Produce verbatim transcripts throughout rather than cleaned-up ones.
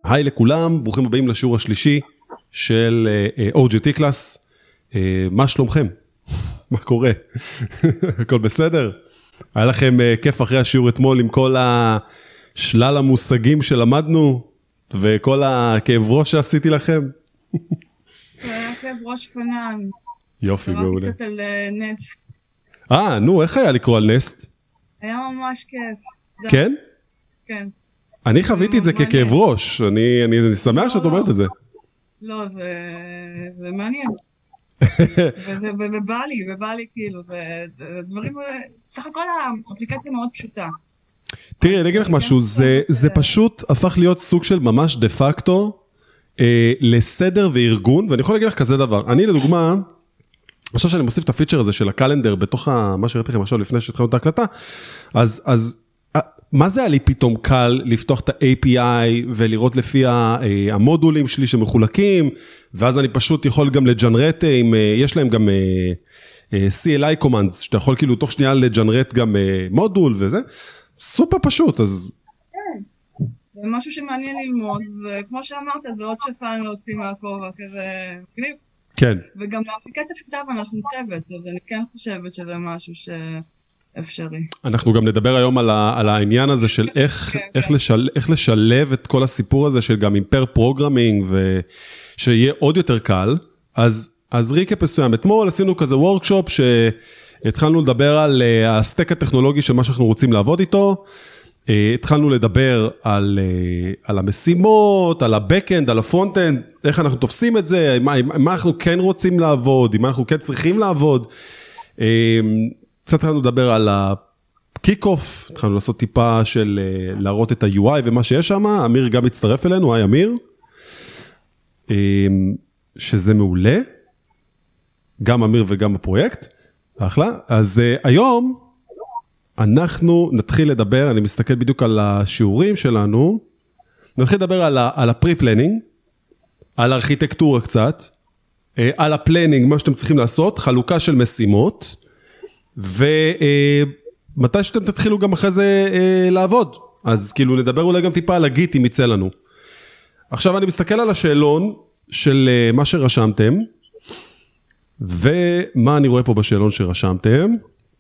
היי לכולם, ברוכים הבאים לשיעור השלישי של או ג'י טי קלאס. מה שלומכם? מה קורה? הכל בסדר? היה לכם כיף אחרי השיעור אתמול עם כל השלל המושגים שלמדנו וכל הכאב ראש שעשיתי לכם? היה כאב ראש פנן. יופי, מעולה. קראתי קצת על נסט. אה, נו, איך היה לקרוא על נסט? היה ממש כיף. כן? כן. אני חוויתי את זה ככאב ראש, אני, אני, אני שמח שאת אומרת את זה. לא, זה, זה מעניין. וזה, ובא לי, ובא לי כאילו, זה, זה דברים, סך הכל האפליקציה מאוד פשוטה. תראי, אני אגיד לך משהו, זה, זה פשוט הפך להיות סוג של ממש דה פקטו, אה, לסדר וארגון, ואני יכול להגיד לך כזה דבר. אני לדוגמה, עכשיו שאני מוסיף את הפיצ'ר הזה של הקלנדר, בתוך ה, מה שראיתי לכם עכשיו לפני שהתחלנו את ההקלטה, אז, אז, מה זה היה לי פתאום קל לפתוח את ה-איי פי איי ולראות לפי המודולים שלי שמחולקים, ואז אני פשוט יכול גם לג'נרט, יש להם גם סי אל איי commands, שאתה יכול כאילו תוך שנייה לג'נרט גם מודול וזה, סופר פשוט, אז... כן, זה משהו שמעניין ללמוד, וכמו שאמרת, זה עוד שפן להוציא מהכובע, כזה... כן. וגם לאפליקציה פשוטה, ואנחנו צוות, אז אני כן חושבת שזה משהו ש... אפשרי. אנחנו גם נדבר היום על, ה, על העניין הזה של איך, איך, לשל, איך לשלב את כל הסיפור הזה של גם עם פר פרוגרמינג ושיהיה עוד יותר קל. אז, אז ריקאפ מסוים. אתמול עשינו כזה וורקשופ שהתחלנו לדבר על הסטק הטכנולוגי של מה שאנחנו רוצים לעבוד איתו. התחלנו לדבר על, על המשימות, על הבקאנד, על הפרונט-אנד, איך אנחנו תופסים את זה, מה, מה אנחנו כן רוצים לעבוד, מה אנחנו כן צריכים לעבוד. קצת התחלנו לדבר על הקיק-אוף, התחלנו לעשות טיפה של להראות את ה-יו איי ומה שיש שם, אמיר גם הצטרף אלינו, היי אמיר, שזה מעולה, גם אמיר וגם הפרויקט, אחלה, אז היום אנחנו נתחיל לדבר, אני מסתכל בדיוק על השיעורים שלנו, נתחיל לדבר על ה-pre-planning, על הארכיטקטורה קצת, על הפלנינג, מה שאתם צריכים לעשות, חלוקה של משימות, ומתי שאתם תתחילו גם אחרי זה לעבוד, אז כאילו נדבר אולי גם טיפה על הגיט אם יצא לנו. עכשיו אני מסתכל על השאלון של מה שרשמתם, ומה אני רואה פה בשאלון שרשמתם.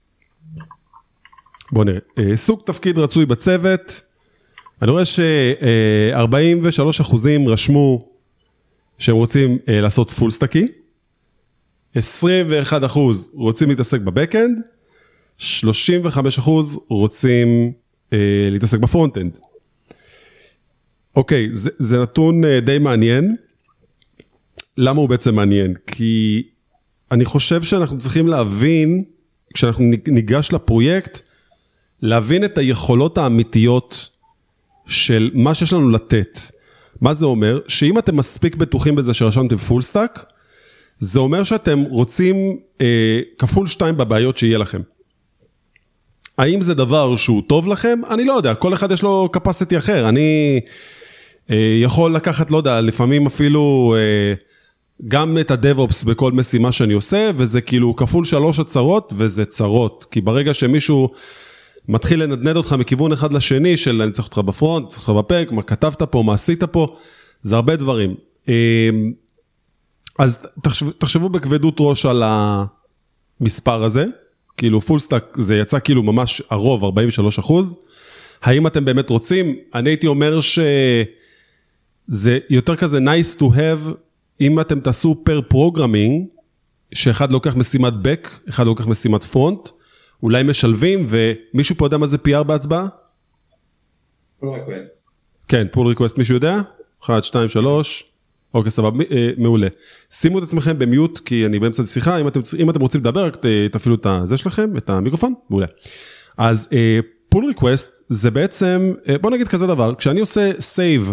בואו נראה, סוג תפקיד רצוי בצוות, אני רואה ש-ארבעים ושלושה אחוזים רשמו שהם רוצים לעשות פול סטאקי, עשרים ואחד אחוז רוצים להתעסק בבקאנד, שלושים וחמישה אחוז רוצים אה, להתעסק בפרונט-אנד. אוקיי, זה, זה נתון אה, די מעניין. למה הוא בעצם מעניין? כי אני חושב שאנחנו צריכים להבין, כשאנחנו ניגש לפרויקט, להבין את היכולות האמיתיות של מה שיש לנו לתת. מה זה אומר? שאם אתם מספיק בטוחים בזה שרשמתם פול סטאק, זה אומר שאתם רוצים אה, כפול שתיים בבעיות שיהיה לכם. האם זה דבר שהוא טוב לכם? אני לא יודע, כל אחד יש לו capacity אחר. אני אה, יכול לקחת, לא יודע, לפעמים אפילו אה, גם את ה-DevOps בכל משימה שאני עושה, וזה כאילו כפול שלוש הצרות, וזה צרות. כי ברגע שמישהו מתחיל לנדנד אותך מכיוון אחד לשני, של אני צריך אותך בפרונט, צריך אותך בפק, מה כתבת פה, מה עשית פה, זה הרבה דברים. אה, אז תחשבו, תחשבו בכבדות ראש על המספר הזה, כאילו פול סטאק זה יצא כאילו ממש הרוב, ארבעים ושלושה אחוז, האם אתם באמת רוצים? אני הייתי אומר שזה יותר כזה nice to have, אם אתם תעשו פר פרוגרמינג, שאחד לוקח משימת back, אחד לוקח משימת front, אולי משלבים, ומישהו פה יודע מה זה פי אר בהצבעה? pull request. כן, pull request, מישהו יודע? אחת, שתיים, שלוש... אוקיי, סבבה, מעולה. שימו את עצמכם במיוט, כי אני באמצע שיחה, אם אתם, אם אתם רוצים לדבר, תפעילו את זה שלכם, את המיקרופון, מעולה. אז pull request זה בעצם, בוא נגיד כזה דבר, כשאני עושה save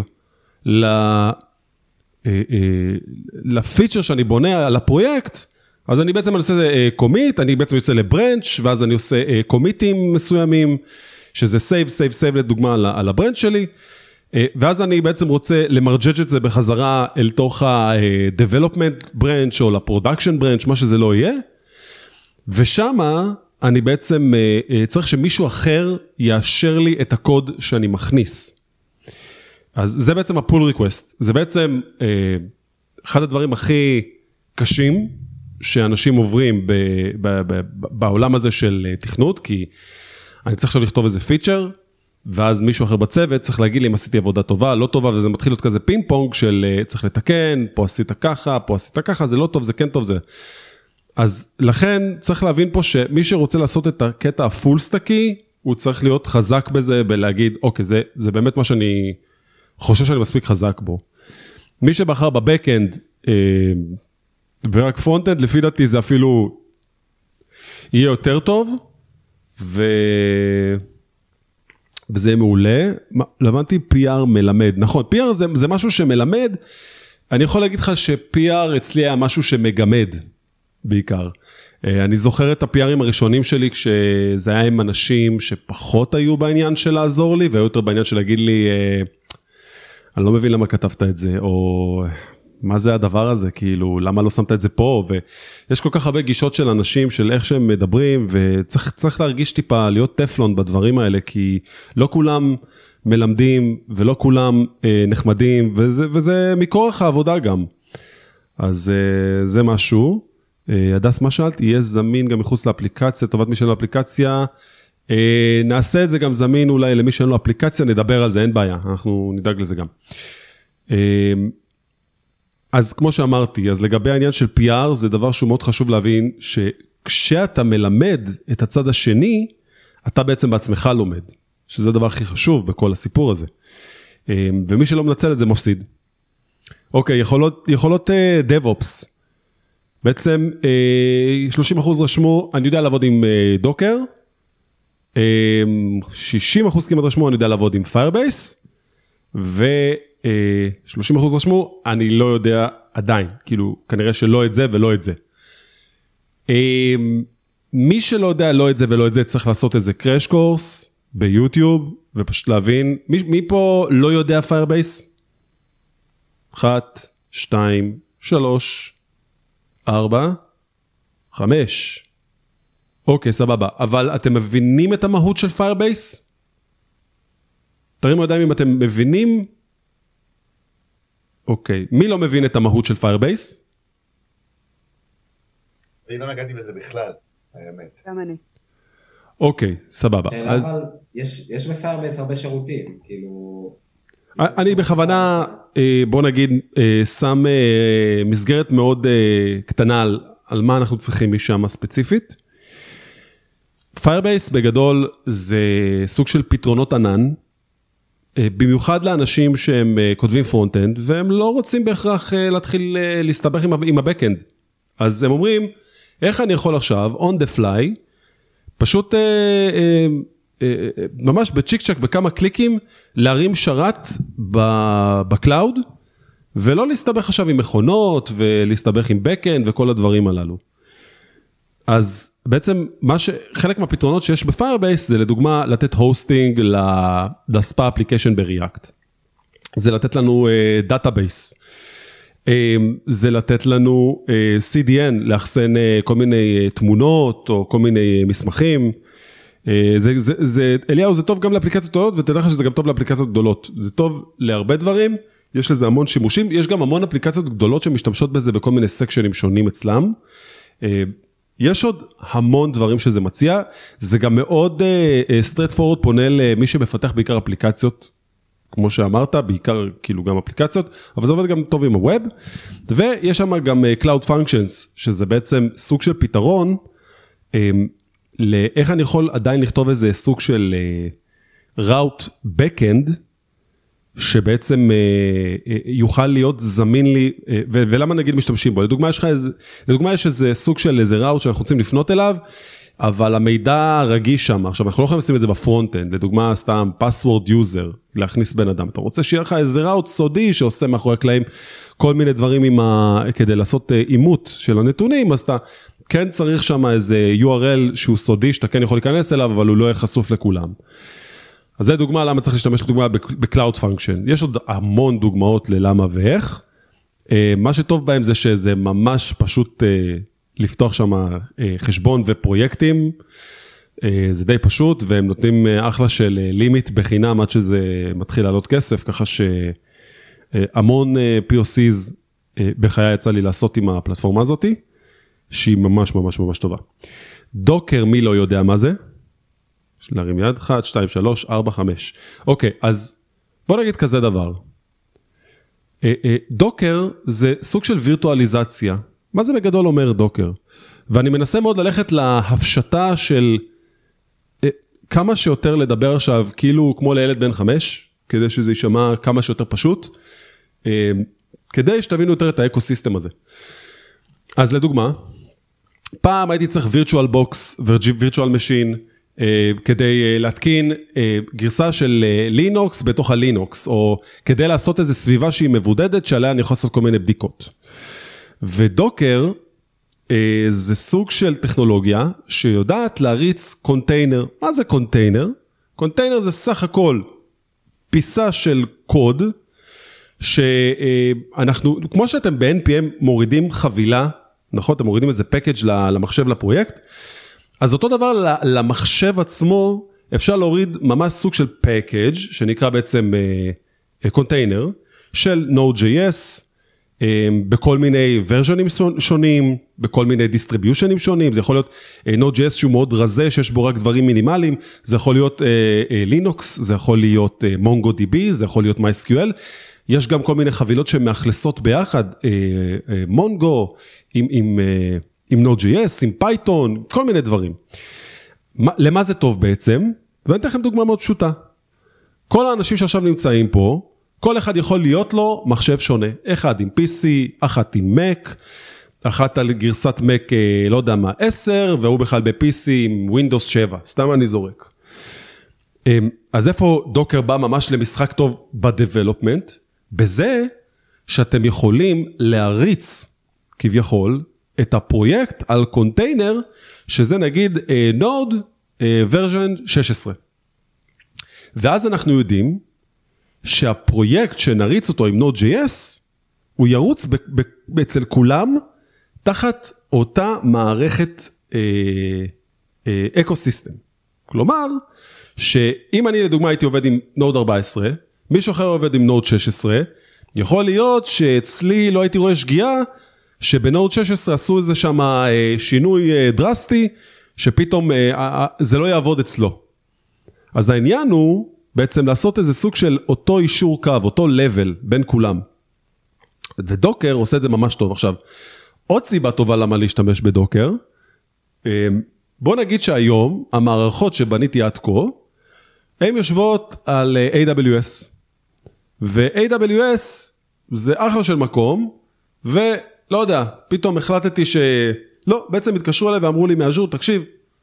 לפיצ'ר שאני בונה על הפרויקט, אז אני בעצם עושה commit, אני בעצם יוצא לברנץ', ואז אני עושה commitים מסוימים, שזה save, save, save לדוגמה על הברנץ' שלי, ואז אני בעצם רוצה למרג'ג' את זה בחזרה אל תוך ה-development branch או ל-production branch, מה שזה לא יהיה, ושמה אני בעצם צריך שמישהו אחר יאשר לי את הקוד שאני מכניס. אז זה בעצם הפול ריקווסט, זה בעצם אה, אחד הדברים הכי קשים שאנשים עוברים ב, ב, ב, ב, בעולם הזה של תכנות, כי אני צריך עכשיו לכתוב איזה פיצ'ר, ואז מישהו אחר בצוות צריך להגיד לי אם עשיתי עבודה טובה, לא טובה, וזה מתחיל להיות כזה פינג פונג של צריך לתקן, פה עשית ככה, פה עשית ככה, זה לא טוב, זה כן טוב, זה... אז לכן צריך להבין פה שמי שרוצה לעשות את הקטע הפול סטקי, הוא צריך להיות חזק בזה, ולהגיד, אוקיי, זה, זה באמת מה שאני חושב שאני מספיק חזק בו. מי שבחר בבקאנד, אה, ורק פרונט-אנד, לפי דעתי זה אפילו יהיה יותר טוב, ו... וזה מעולה. לבנתי פי אר מלמד. נכון, פי אר זה, זה משהו שמלמד. אני יכול להגיד לך ש-פי אר אצלי היה משהו שמגמד, בעיקר. אני זוכר את ה-פי ארים הראשונים שלי, כשזה היה עם אנשים שפחות היו בעניין של לעזור לי, והיו יותר בעניין של להגיד לי, אני לא מבין למה כתבת את זה, או מה זה הדבר הזה, כאילו, למה לא שמת את זה פה, ויש כל כך הרבה גישות של אנשים, של איך שהם מדברים, וצריך צריך להרגיש טיפה, להיות טפלון בדברים האלה, כי לא כולם מלמדים, ולא כולם אה, נחמדים, וזה, וזה מכורח העבודה גם. אז אה, זה משהו. אה, הדס, מה שאלת? יהיה זמין גם מחוץ לאפליקציה, טובת מי שאין לו אפליקציה, אה, נעשה את זה גם זמין אולי למי שאין לו אפליקציה, נדבר על זה, אין בעיה, אנחנו נדאג לזה גם. אה, אז כמו שאמרתי, אז לגבי העניין של פי אר, זה דבר שהוא מאוד חשוב להבין, שכשאתה מלמד את הצד השני, אתה בעצם בעצמך לומד, שזה הדבר הכי חשוב בכל הסיפור הזה. ומי שלא מנצל את זה מפסיד. אוקיי, יכולות, יכולות DevOps. בעצם שלושים אחוז רשמו, אני יודע לעבוד עם דוקר, שישים אחוז כמעט רשמו, אני יודע לעבוד עם Firebase, ו... שלושים אחוז רשמו, אני לא יודע עדיין, כאילו, כנראה שלא את זה ולא את זה. מי שלא יודע לא את זה ולא את זה, צריך לעשות איזה קראש קורס ביוטיוב, ופשוט להבין, מי, מי פה לא יודע Firebase? אחת, שתיים, שלוש, ארבע, חמש. אוקיי, סבבה. אבל אתם מבינים את המהות של Firebase? תרימו ידיים אם אתם מבינים... אוקיי, מי לא מבין את המהות של Firebase? אני לא נגעתי בזה בכלל, האמת. גם אני. אוקיי, סבבה. אבל יש ב-Firebase הרבה שירותים, כאילו... אני בכוונה, בוא נגיד, שם מסגרת מאוד קטנה על מה אנחנו צריכים משם ספציפית. Firebase בגדול זה סוג של פתרונות ענן, במיוחד לאנשים שהם כותבים פרונט-אנד, והם לא רוצים בהכרח להתחיל להסתבך עם הבק-אנד. אז הם אומרים, איך אני יכול עכשיו, on the fly, פשוט ממש בצ'יק צ'ק, בכמה קליקים, להרים שרת בקלאוד, ולא להסתבך עכשיו עם מכונות, ולהסתבך עם בק-אנד, וכל הדברים הללו. אז בעצם מה ש... חלק מהפתרונות שיש ב-Firebase זה לדוגמה לתת הוסטינג לספא אפליקיישן ב-React. זה לתת לנו דאטאבייס. Uh, זה לתת לנו uh, סי די אן, לאחסן uh, כל מיני uh, תמונות או כל מיני uh, מסמכים. Uh, זה, זה, זה, אליהו, זה טוב גם לאפליקציות גדולות, ותדע לך שזה גם טוב לאפליקציות גדולות. זה טוב להרבה דברים, יש לזה המון שימושים, יש גם המון אפליקציות גדולות שמשתמשות בזה בכל מיני סקשנים שונים אצלם. Uh, יש עוד המון דברים שזה מציע, זה גם מאוד סטרייט פורוורד פונה למי שמפתח בעיקר אפליקציות, כמו שאמרת, בעיקר כאילו גם אפליקציות, אבל זה עובד גם טוב עם הווב, ויש שם גם Cloud Functions, שזה בעצם סוג של פתרון, לאיך אני יכול עדיין לכתוב איזה סוג של Route Backend, שבעצם יוכל להיות זמין לי, ולמה נגיד משתמשים בו? לדוגמה יש, איזה, לדוגמה יש איזה סוג של איזה ראוט שאנחנו רוצים לפנות אליו, אבל המידע רגיש שם, עכשיו אנחנו לא יכולים לשים את זה בפרונט-אנד, לדוגמה סתם password user, להכניס בן אדם, אתה רוצה שיהיה לך איזה ראוט סודי שעושה מאחורי הקלעים כל מיני דברים עם ה... כדי לעשות אימות של הנתונים, אז אתה כן צריך שם איזה יו אר אל שהוא סודי, שאתה כן יכול להיכנס אליו, אבל הוא לא יהיה חשוף לכולם. אז זה דוגמה למה צריך להשתמש לדוגמה ב-Cloud Function. יש עוד המון דוגמאות ללמה ואיך. מה שטוב בהם זה שזה ממש פשוט לפתוח שם חשבון ופרויקטים, זה די פשוט, והם נותנים אחלה של לימיט בחינם עד שזה מתחיל לעלות כסף, ככה שהמון פי או סי'ז בחיי יצא לי לעשות עם הפלטפורמה הזאת, שהיא ממש ממש ממש טובה. דוקר, מי לא יודע מה זה? להרים יד, אחת, שתיים, שלוש, ארבע, חמש. אוקיי, אז בוא נגיד כזה דבר. דוקר זה סוג של וירטואליזציה. מה זה בגדול אומר דוקר? ואני מנסה מאוד ללכת להפשטה של כמה שיותר לדבר עכשיו, כאילו כמו לילד בן חמש, כדי שזה יישמע כמה שיותר פשוט, כדי שתבינו יותר את האקוסיסטם הזה. אז לדוגמה, פעם הייתי צריך וירטואל בוקס, וירטואל משין, כדי להתקין גרסה של לינוקס בתוך הלינוקס, או כדי לעשות איזו סביבה שהיא מבודדת, שעליה אני יכול לעשות כל מיני בדיקות. ודוקר, זה סוג של טכנולוגיה שיודעת להריץ קונטיינר. מה זה קונטיינר? קונטיינר זה סך הכל פיסה של קוד, שאנחנו, כמו שאתם ב-אן פי אם מורידים חבילה, נכון? אתם מורידים איזה פקאג' למחשב לפרויקט, אז אותו דבר למחשב עצמו, אפשר להוריד ממש סוג של פקאג' שנקרא בעצם קונטיינר, של Node.js, בכל מיני ורז'נים שונים, בכל מיני דיסטריביושנים שונים, זה יכול להיות Node.js שהוא מאוד רזה, שיש בו רק דברים מינימליים, זה יכול להיות לינוקס, זה יכול להיות MongoDB, זה יכול להיות MySQL, יש גם כל מיני חבילות שמאכלסות ביחד, מונגו, עם, עם, עם Node.js, עם Python, כל מיני דברים. למה זה טוב בעצם? ואני אתן לכם דוגמה מאוד פשוטה. כל האנשים שעכשיו נמצאים פה, כל אחד יכול להיות לו מחשב שונה. אחד עם פי סי, אחת עם Mac, אחת על גרסת Mac, לא יודע מה, עשר, והוא בכלל ב-פי סי עם Windows שבע. סתם אני זורק. אז איפה דוקר בא ממש למשחק טוב ב-development? בזה שאתם יכולים להריץ כביכול את הפרויקט על קונטיינר, שזה נגיד Node version שש עשרה. ואז אנחנו יודעים שהפרויקט שנריץ אותו עם Node.js, הוא ירוץ ב- ב- אצל כולם תחת אותה מערכת אקוסיסטם. כלומר, שאם אני לדוגמה הייתי עובד עם Node ארבע עשרה, מישהו אחר עובד עם Node שש עשרה, יכול להיות שאצלי לא הייתי רואה שגיאה, שבנוד שש עשרה עשו איזה שם שינוי דרסטי, שפתאום זה לא יעבוד אצלו. אז העניין הוא בעצם לעשות איזה סוג של אותו אישור קו, אותו level בין כולם. ודוקר עושה את זה ממש טוב. עכשיו, עוד סיבה טובה למה להשתמש בדוקר, בוא נגיד שהיום המערכות שבניתי עד כה, הן יושבות על איי דאבליו אס. ו-איי דאבליו אס זה אחלה של מקום, ולא יודע, פתאום החלטתי שלא, בעצם התקשרו אליי ואמרו לי מאז'ור, תקשיב,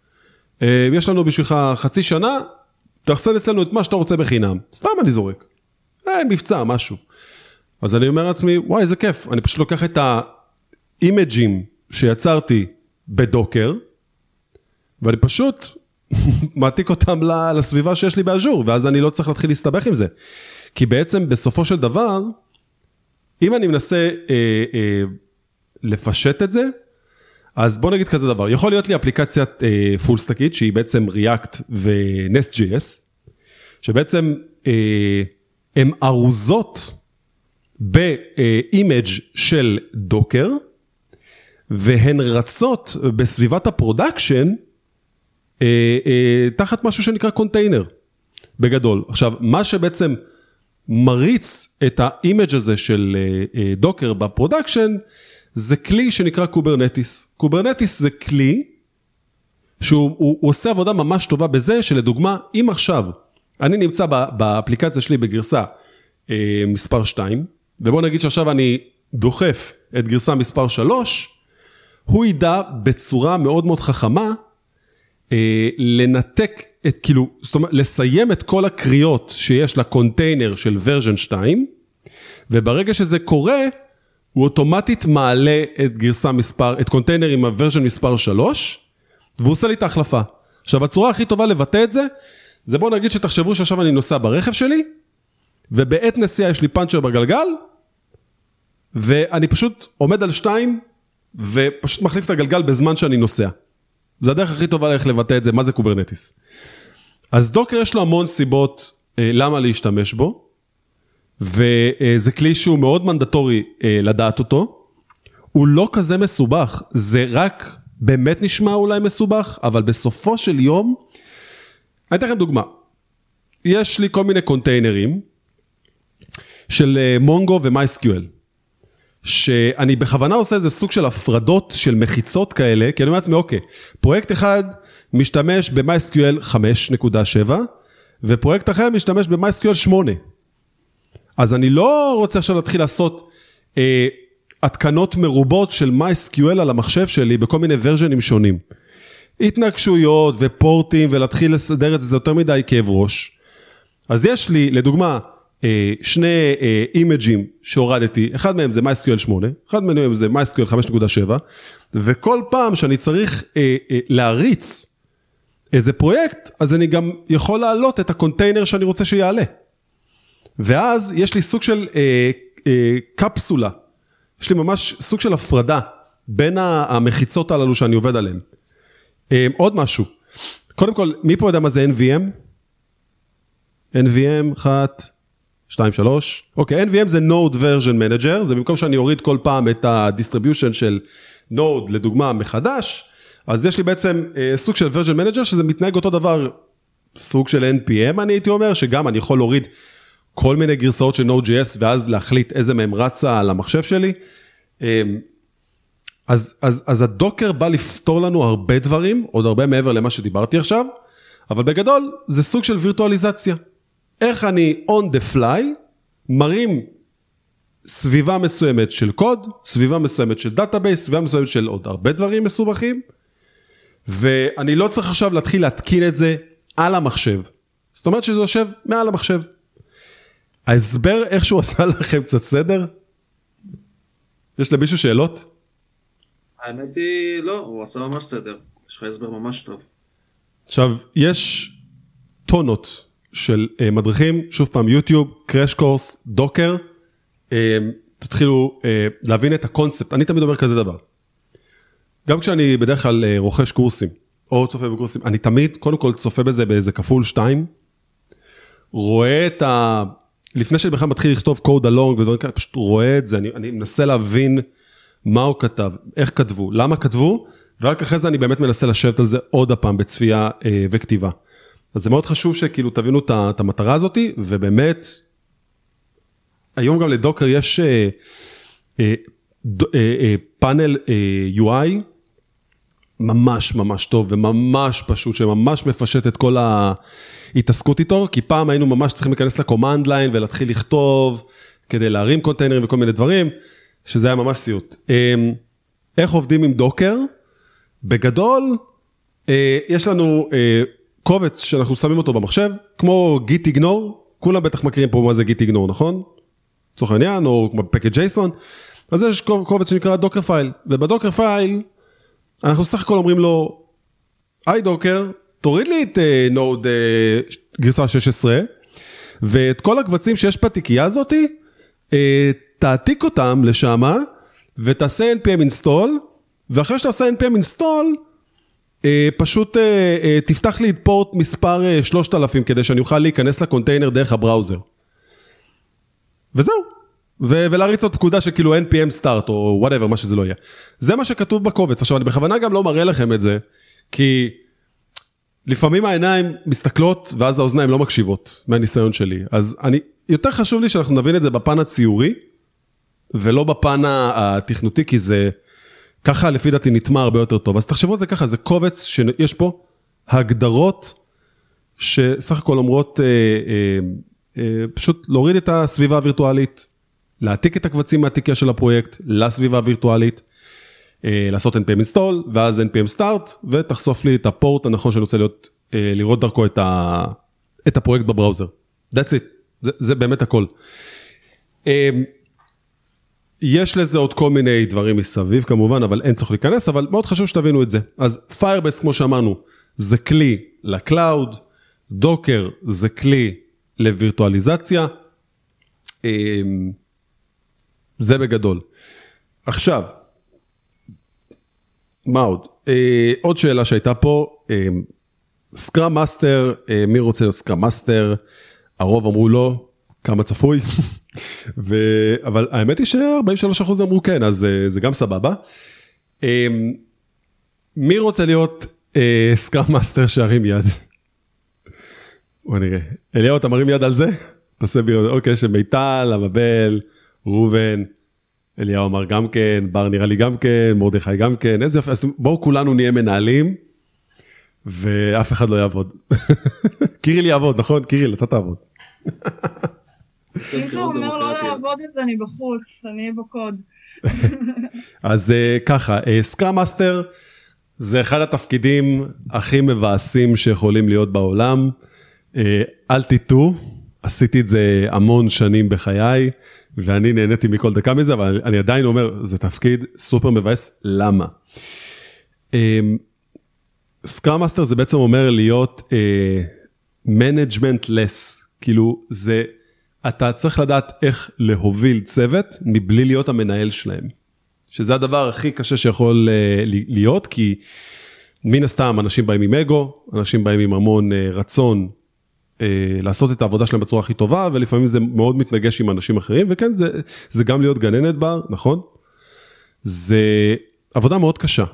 יש לנו בשבילך חצי שנה, תחסן אצלנו את מה שאתה רוצה בחינם. סתם אני זורק. אה, מבצע, משהו. אז אני אומר לעצמי, וואי, איזה כיף. אני פשוט לוקח את האימג'ים שיצרתי בדוקר, ואני פשוט מעתיק אותם לסביבה שיש לי באז'ור, ואז אני לא צריך להתחיל להסתבך עם זה. כי בעצם בסופו של דבר, אם אני מנסה אה, אה, לפשט את זה, אז בוא נגיד כזה דבר, יכול להיות לי אפליקציית אה, פול סטקית, שהיא בעצם React ו-Nest.js, שבעצם אה, הן ארוזות באימג' של דוקר, והן רצות בסביבת הפרודקשן, אה, אה, תחת משהו שנקרא קונטיינר, בגדול. עכשיו, מה שבעצם מריץ את האימג' הזה של אה, אה, דוקר בפרודקשן, זה כלי שנקרא קוברנטיס. קוברנטיס זה כלי שהוא הוא, הוא עושה עבודה ממש טובה בזה, שלדוגמה, אם עכשיו אני נמצא באפליקציה שלי בגרסה אה, מספר שתיים, ובוא נגיד שעכשיו אני דוחף את גרסה מספר שלוש, הוא ידע בצורה מאוד מאוד חכמה, אה, לנתק את, כאילו, זאת אומרת, לסיים את כל הקריאות שיש לקונטיינר של ורז'ן שתיים, וברגע שזה קורה, הוא אוטומטית מעלה את גרסה מספר, את קונטיינר עם הוורז'ן מספר שלוש, והוא עושה לי את ההחלפה. עכשיו, הצורה הכי טובה לבטא את זה, זה בוא נגיד שתחשבו שעכשיו אני נוסע ברכב שלי, ובעת נסיעה יש לי פאנצ'ר בגלגל, ואני פשוט עומד על שתיים, ופשוט מחליף את הגלגל בזמן שאני נוסע. זה הדרך הכי טובה איך לבטא את זה, מה זה קוברנטיס. אז דוקר יש לו המון סיבות אה, למה להשתמש בו, וזה כלי שהוא מאוד מנדטורי אה, לדעת אותו, הוא לא כזה מסובך, זה רק באמת נשמע אולי מסובך, אבל בסופו של יום, אני אתן לכם דוגמה, יש לי כל מיני קונטיינרים, של מונגו ומייסקיואל, שאני בכוונה עושה איזה סוג של הפרדות של מחיצות כאלה, כי אני אומר לעצמי, אוקיי, פרויקט אחד משתמש במייסקיואל חמש נקודה שבע, ופרויקט אחר משתמש במייסקיואל שמונה. אז אני לא רוצה עכשיו להתחיל לעשות אה, התקנות מרובות של MySQL על המחשב שלי, בכל מיני ורז'נים שונים. התנגשויות ופורטים, ולהתחיל לסדר את זה, זה יותר מדי כאב ראש. אז יש לי, לדוגמה, שני אימג'ים שהורדתי, אחד מהם זה MySQL שמונה, אחד מהם זה MySQL חמש נקודה שבע, וכל פעם שאני צריך להריץ איזה פרויקט, אז אני גם יכול להעלות את הקונטיינר שאני רוצה שיעלה. ואז יש לי סוג של קפסולה, יש לי ממש סוג של הפרדה בין המחיצות הללו שאני עובד עליהן. עוד משהו, קודם כל, מי פה יודע מה זה N V M? N V M, אחת, שתיים, שלוש. אוקיי, N V M זה Node Version Manager, זה במקום שאני אוריד כל פעם את ה-distribution של Node, לדוגמה, מחדש, אז יש לי בעצם אה, סוג של Version Manager, שזה מתנהג אותו דבר, סוג של N P M, אני הייתי אומר, שגם אני יכול להוריד כל מיני גרסאות של Node.js, ואז להחליט איזה מהם רצה על המחשב שלי. אה, אז, אז, אז הדוקר בא לפתור לנו הרבה דברים, עוד הרבה מעבר למה שדיברתי עכשיו, אבל בגדול זה סוג של וירטואליזציה. איך אני on the fly, מרים סביבה מסוימת של קוד, סביבה מסוימת של דאטאבייס, סביבה מסוימת של עוד הרבה דברים מסובכים, ואני לא צריך עכשיו להתחיל להתקין את זה על המחשב. זאת אומרת שזה יושב מעל המחשב. ההסבר איכשהו עשה לכם קצת סדר? יש למישהו שאלות? האמת היא, לא, הוא עשה ממש סדר. יש לך הסבר ממש טוב. עכשיו, יש טונות של uh, מדריכים, שוב פעם, יוטיוב, קראש קורס, דוקר, uh, תתחילו uh, להבין את הקונספט. אני תמיד אומר כזה דבר. גם כשאני בדרך כלל uh, רוכש קורסים, או צופה בקורסים, אני תמיד, קודם כל, צופה בזה באיזה כפול שתיים, רואה את ה... לפני שאני בכלל מתחיל לכתוב קוד אלונג, ודברים כאלה, פשוט רואה את זה, אני, אני מנסה להבין מה הוא כתב, איך כתבו, למה כתבו, ורק אחרי זה אני באמת מנסה לשבת על זה עוד הפעם בצפייה אה, וכתיבה. אז זה מאוד חשוב שכאילו תבינו את, את המטרה הזאת, ובאמת, היום גם לדוקר יש אה, אה, ד, אה, אה, פאנל אה, U I, ממש ממש טוב, וממש פשוט, שממש מפשט את כל ההתעסקות איתו, כי פעם היינו ממש צריכים להיכנס לקומנד ליין, ולהתחיל לכתוב, כדי להרים קונטיינרים וכל מיני דברים, שזה היה ממש סיוט. אה, איך עובדים עם דוקר? בגדול, אה, יש לנו אה, קובץ שאנחנו שמים אותו במחשב, כמו git ignore, כולם בטח מכירים פה מה זה git ignore, נכון? צורך העניין, או כמו package json, אז יש קובץ שנקרא דוקר פייל, ובדוקר פייל, אנחנו סך הכל אומרים לו, היי דוקר, תוריד לי את uh, נוד uh, גרסה שש עשרה, ואת כל הקבצים שיש בתיקייה הזאת, uh, תעתיק אותם לשם, ותעשה N P M install, ואחרי שאתה עושה N P M install, uh, פשוט uh, uh, תפתח לי את פורט מספר uh, שלושת אלפים, כדי שאני אוכל להיכנס לקונטיינר דרך הבראוזר. וזהו. ו- ולהריץ עוד פקודה שכאילו N P M start, או whatever, מה שזה לא יהיה. זה מה שכתוב בקובץ. עכשיו, אני בכוונה גם לא מראה לכם את זה, כי לפעמים העיניים מסתכלות, ואז האוזניים לא מקשיבות, מהניסיון שלי. אז אני, יותר חשוב לי שאנחנו נבין את זה בפן הציורי, ולא בפן התכנותי, כי זה, ככה לפי דעתי נטמע הרבה יותר טוב. אז תחשבו על זה ככה, זה קובץ שיש פה הגדרות, שסך הכל אומרות, אה, אה, אה, פשוט להוריד את הסביבה הווירטואלית, להעתיק את הקבצים מהתיקיה של הפרויקט לסביבה הווירטואלית, לעשות N P M install, ואז N P M start, ותחשוף לי את הפורט הנכון שאני רוצה להיות, לראות דרכו את, ה, את הפרויקט בבראוזר. That's it. זה, זה באמת הכל. יש לזה עוד כל מיני דברים מסביב, כמובן, אבל אין צריך להיכנס, אבל מאוד חשוב שתבינו את זה. אז Firebase, כמו שאמרנו, זה כלי לקלאוד, דוקר זה כלי לווירטואליזציה, זה בגדול. עכשיו, מה עוד? אה, עוד שאלה שהייתה פה, אה, סקראם מאסטר, אה, מי רוצה להיות סקראם מאסטר? הרוב אמרו לא, כמה צפוי, ו... אבל האמת היא ש-ארבעים ושלושה אחוז אמרו כן, אז אה, זה גם סבבה. אה, מי רוצה להיות אה, סקראם מאסטר שערים יד? בוא נראה. אליהו, אתה מרים יד על זה? תעשה בי, אוקיי, שמיטל, המבל, רובן, אליהו אמר גם כן, בר נראה לי גם כן, מרדכי גם כן, איזה יפה, אז בואו כולנו נהיה מנהלים, ואף אחד לא יעבוד. קיריל יעבוד, נכון? קיריל, אתה תעבוד. שמחה אומר לא לעבוד את זה, אני בחוץ, אני אהיה בקוד. אז ככה, סקראם מאסטר, זה אחד התפקידים הכי מבאסים שיכולים להיות בעולם, אל תיטו, עשיתי את זה המון שנים בחיי, ואני נהניתי מכל דקה מזה, אבל אני עדיין אומר, זה תפקיד סופר מבאס, למה? סקראם מאסטר זה בעצם אומר להיות managementless, כאילו זה, אתה צריך לדעת איך להוביל צוות, מבלי להיות המנהל שלהם, שזה הדבר הכי קשה שיכול להיות, כי מן הסתם אנשים באים עם אגו, אנשים באים עם המון רצון, לעשות את העבודה שלהם בצורה הכי טובה, ולפעמים זה מאוד מתנגש עם אנשים אחרים, וכן, זה, זה גם להיות גננת בר, נכון? זה עבודה מאוד קשה.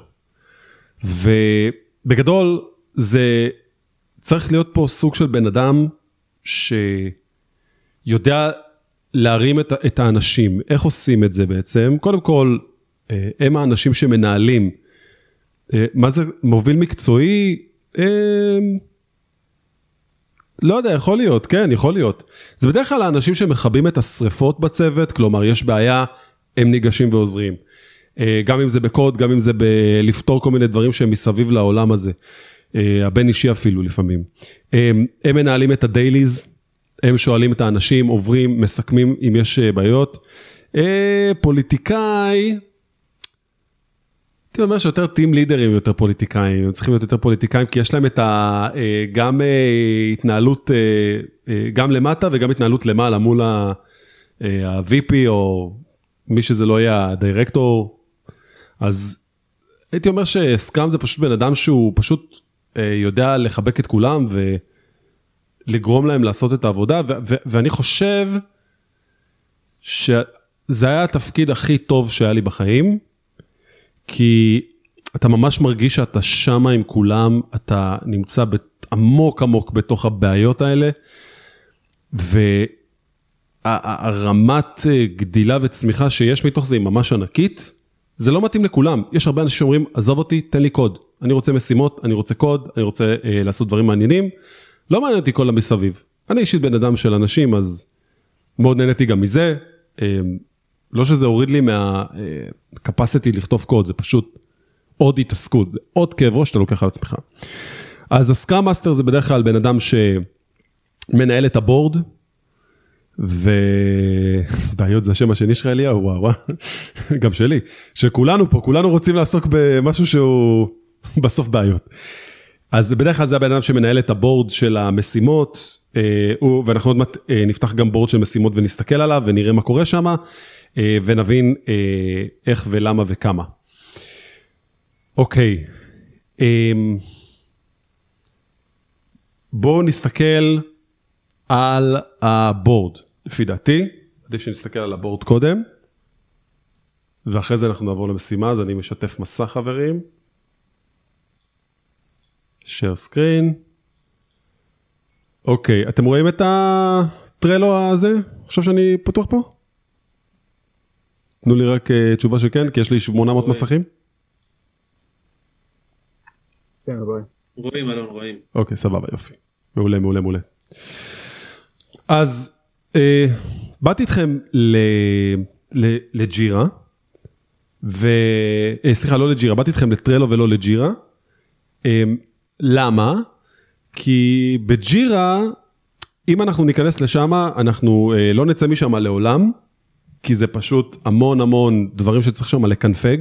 ובגדול, זה צריך להיות פה סוג של בן אדם, שיודע להרים את, את האנשים. איך עושים את זה בעצם? קודם כל, הם האנשים שמנהלים. מה זה מוביל מקצועי? לא יודע, יכול להיות, כן, יכול להיות. זה בדרך כלל האנשים שמחבים את השריפות בצוות, כלומר, יש בעיה, הם ניגשים ועוזרים. גם אם זה בקוד, גם אם זה בלפתור כל מיני דברים שהם מסביב לעולם הזה. הבן אישי אפילו לפעמים. הם מנהלים את הדייליז, הם שואלים את האנשים, עוברים, מסכמים אם יש בעיות. פוליטיקאי, הייתי אומר שיותר טים לידרים יותר פוליטיקאים, הם צריכים להיות יותר פוליטיקאים, כי יש להם את ה... גם התנהלות, גם למטה וגם התנהלות למעלה, מול ה-וי פי או מי שזה לא יהיה הדירקטור. אז הייתי אומר שסקראם זה פשוט בן אדם שהוא פשוט יודע לחבק את כולם ולגרום להם לעשות את העבודה, ואני חושב שזה היה התפקיד הכי טוב שהיה לי בחיים, כי אתה ממש מרגיש שאתה שמה עם כולם, אתה נמצא עמוק עמוק בתוך הבעיות האלה, והרמת גדילה וצמיחה שיש מתוך זה היא ממש ענקית, זה לא מתאים לכולם. יש הרבה אנשים שאומרים, עזוב אותי, תן לי קוד. אני רוצה משימות, אני רוצה קוד, אני רוצה אה, לעשות דברים מעניינים. לא מעניין אותי כל המסביב. אני אישית בן אדם של אנשים, אז מאוד נהניתי גם מזה. אה, לא שזה הוריד לי מה-capacity לכתוב קוד, זה פשוט עוד התעסקות, זה עוד כאב ראש שאתה לוקח על עצמך. אז הסקראם מאסטר זה בדרך כלל בן אדם שמנהל את הבורד, ובעיות זה השם השני שלך אליהו, וואו, וואו, גם שלי, שכולנו פה, כולנו רוצים לעסוק במשהו שהוא בסוף בעיות. אז בדרך כלל זה הבן אדם שמנהל את הבורד של המשימות, ואנחנו עוד מעט נפתח גם בורד של משימות ונסתכל עליו, ונראה מה קורה שם, ונבין איך ולמה וכמה. אוקיי, בואו נסתכל על הבורד, לפי דעתי, עדיף שנסתכל על הבורד קודם, ואחרי זה אנחנו נעבור למשימה, אז אני משתף מסך חברים, share screen, אוקיי, אתם רואים את הטרלו הזה? עכשיו שאני פתוח פה? תנו לי רק תשובה שכן, כי יש לי שמונה מאות מסכים. כן, רואים. רואים, אלון, רואים. אוקיי, סבבה, יופי. מעולה, מעולה, מעולה. אז אה, באתי איתכם ל, ל, לג'ירה, ו... אה, סליחה, לא לג'ירה, באתי איתכם לטרלו ולא לג'ירה. אה, למה? כי בג'ירה, אם אנחנו ניכנס לשם, אנחנו אה, לא נצא משם לעולם, כי זה פשוט המון המון דברים שצריך שם לקנפג,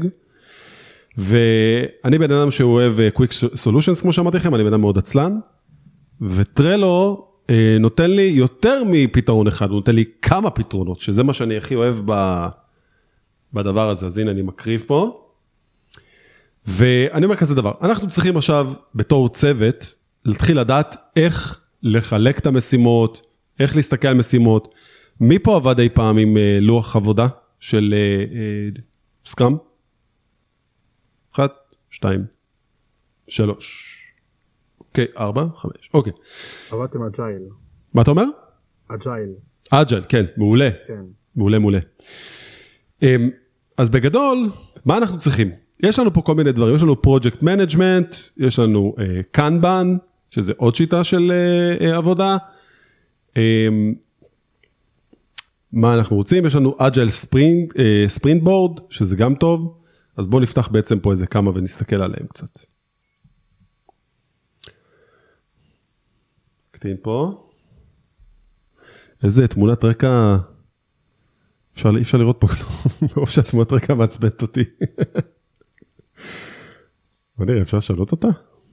ואני בן אדם שהוא אוהב Quick Solutions, כמו שאמרתי לכם, אני בן אדם מאוד עצלן, וטרלו אה, נותן לי יותר מפתרון אחד, הוא נותן לי כמה פתרונות, שזה מה שאני הכי אוהב ב, בדבר הזה, אז הנה אני מקריב פה, ואני אומר כזה דבר, אנחנו צריכים עכשיו בתור צוות, להתחיל לדעת איך לחלק את המשימות, איך להסתכל על משימות. מי פה עבד אי פעם עם לוח עבודה של סקראם? אחת, שתיים, שלוש, אוקיי, ארבע, חמש, אוקיי. עבדתם אג'ייל. מה אתה אומר? אג'ייל. אג'ייל, כן, מעולה. כן. מעולה, מעולה. אז בגדול, מה אנחנו צריכים? יש לנו פה כל מיני דברים, יש לנו פרויקט מנג'מנט, יש לנו קנבן, שזה עוד שיטה של עבודה. מה אנחנו רוצים? יש לנו אג'ייל ספרינט, ספרינט בורד, שזה גם טוב. אז בואו נפתח בעצם פה איזה כמה ונסתכל עליהם קצת. קטין פה. איזה תמונת רקע, אפשר, אפשר לראות פה כלום, ברוב שהתמונת רקע מעצבנת אותי. בוא נראה, אפשר לשאלות אותה?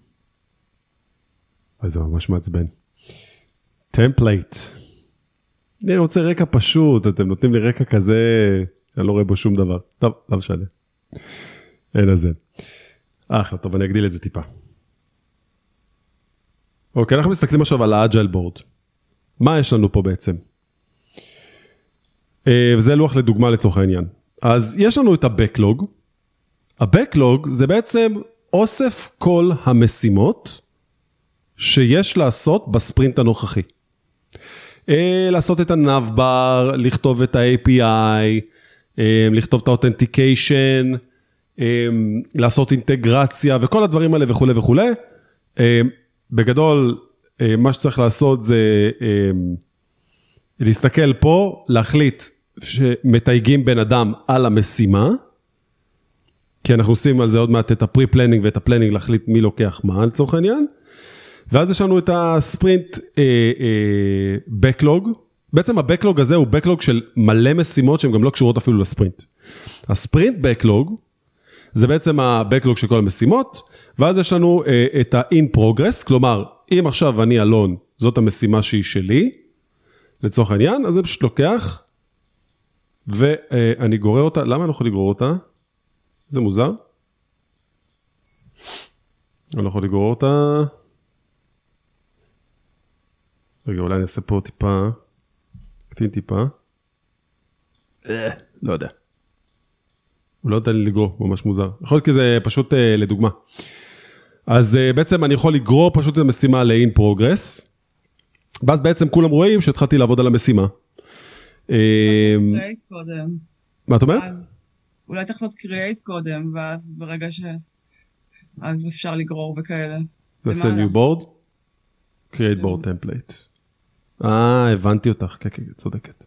אז זה ממש מעצבן. טמפלייט. אני רוצה רקע פשוט, אתם נותנים לי רקע כזה, שאני לא רואה בו שום דבר. טוב, לא משנה. אין לזה. אחלה, טוב, אני אגדיל את זה טיפה. אוקיי, אנחנו מסתכלים עכשיו על האג'ייל בורד. מה יש לנו פה בעצם? וזה לוח לדוגמה לצורך העניין. אז יש לנו את ה-Backlog. ה-Backlog זה בעצם אוסף כל המשימות שיש לעשות בספרינט הנוכחי. לעשות את ה-Navbar, לכתוב את ה-איי פי איי, לכתוב את ה-Authentication, לעשות אינטגרציה וכל הדברים האלה וכו' וכו'. בגדול, מה שצריך לעשות זה להסתכל פה, להחליט שמתייגים בן אדם על המשימה, כי אנחנו עושים על זה עוד מעט את הפרי-פלנינג ואת הפלנינג, להחליט מי לוקח מה לצורך העניין, ואז יש לנו את הספרינט בקלוג, בעצם הבקלוג הזה הוא בקלוג של מלא משימות שהן גם לא קשורות אפילו לספרינט. הספרינט בקלוג זה בעצם הבקלוג של כל המשימות, ואז יש לנו את ה-in progress, כלומר, אם עכשיו אני אלון, זאת המשימה שהיא שלי, לצורך העניין, אז אני פשוט לוקח, ואני גורר אותה, למה אני לא יכול לגרור אותה? זה מוזר. אני לא יכול לגרור אותה. רגע, אולי אני אעשה פה טיפה, קטין טיפה. לא יודע. הוא לא יודע לי לגרור, ממש מוזר. יכול להיות כי זה פשוט לדוגמה. אז בעצם אני יכול לגרור פשוט את המשימה ל-in progress, ואז בעצם כולם רואים שהתחלתי לעבוד על המשימה. create קודם. מה את אומרת? אולי צריך לעשות create קודם, ואז ברגע ש... אז אפשר לגרור וכאלה. נעשה new board, create board template. אה, הבנתי אותך, כן, כן, צודקת.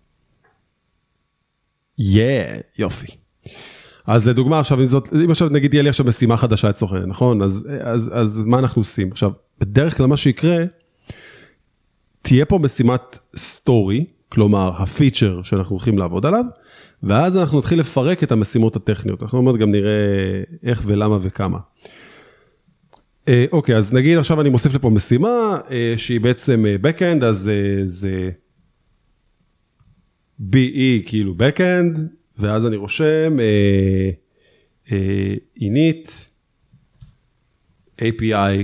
Yeah, יופי. אז לדוגמה, עכשיו, אם עכשיו נגיד יהיה לי עכשיו משימה חדשה לצורך העניין, נכון? אז, אז, אז מה אנחנו עושים? עכשיו, בדרך כלל מה שיקרה, תהיה פה משימת סטורי, כלומר, הפיצ'ר שאנחנו הולכים לעבוד עליו, ואז אנחנו נתחיל לפרק את המשימות הטכניות. אנחנו אומרת גם נראה איך ולמה וכמה. אוקיי, אז נגיד עכשיו אני מוסיף לפה משימה, שהיא בעצם backend, אז זה בי אי כאילו backend, ואז אני רושם init איי פי איי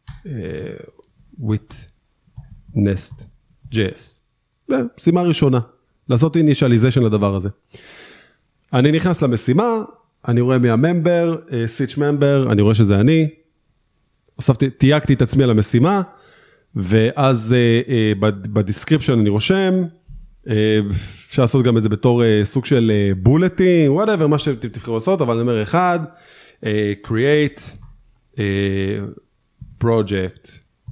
with nest ג'יי אס. זה משימה ראשונה, לעשות initialization לדבר הזה. אני נכנס למשימה, אני רואה מי הממבר, switch member, אני רואה שזה אני, הוספתי, תייגתי את עצמי על המשימה, ואז בדיסקריפשן אני רושם, אפשר לעשות גם את זה בתור סוג של בולטים, whatever, מה שתבחרו לעשות, אבל אני אומר אחד, create project,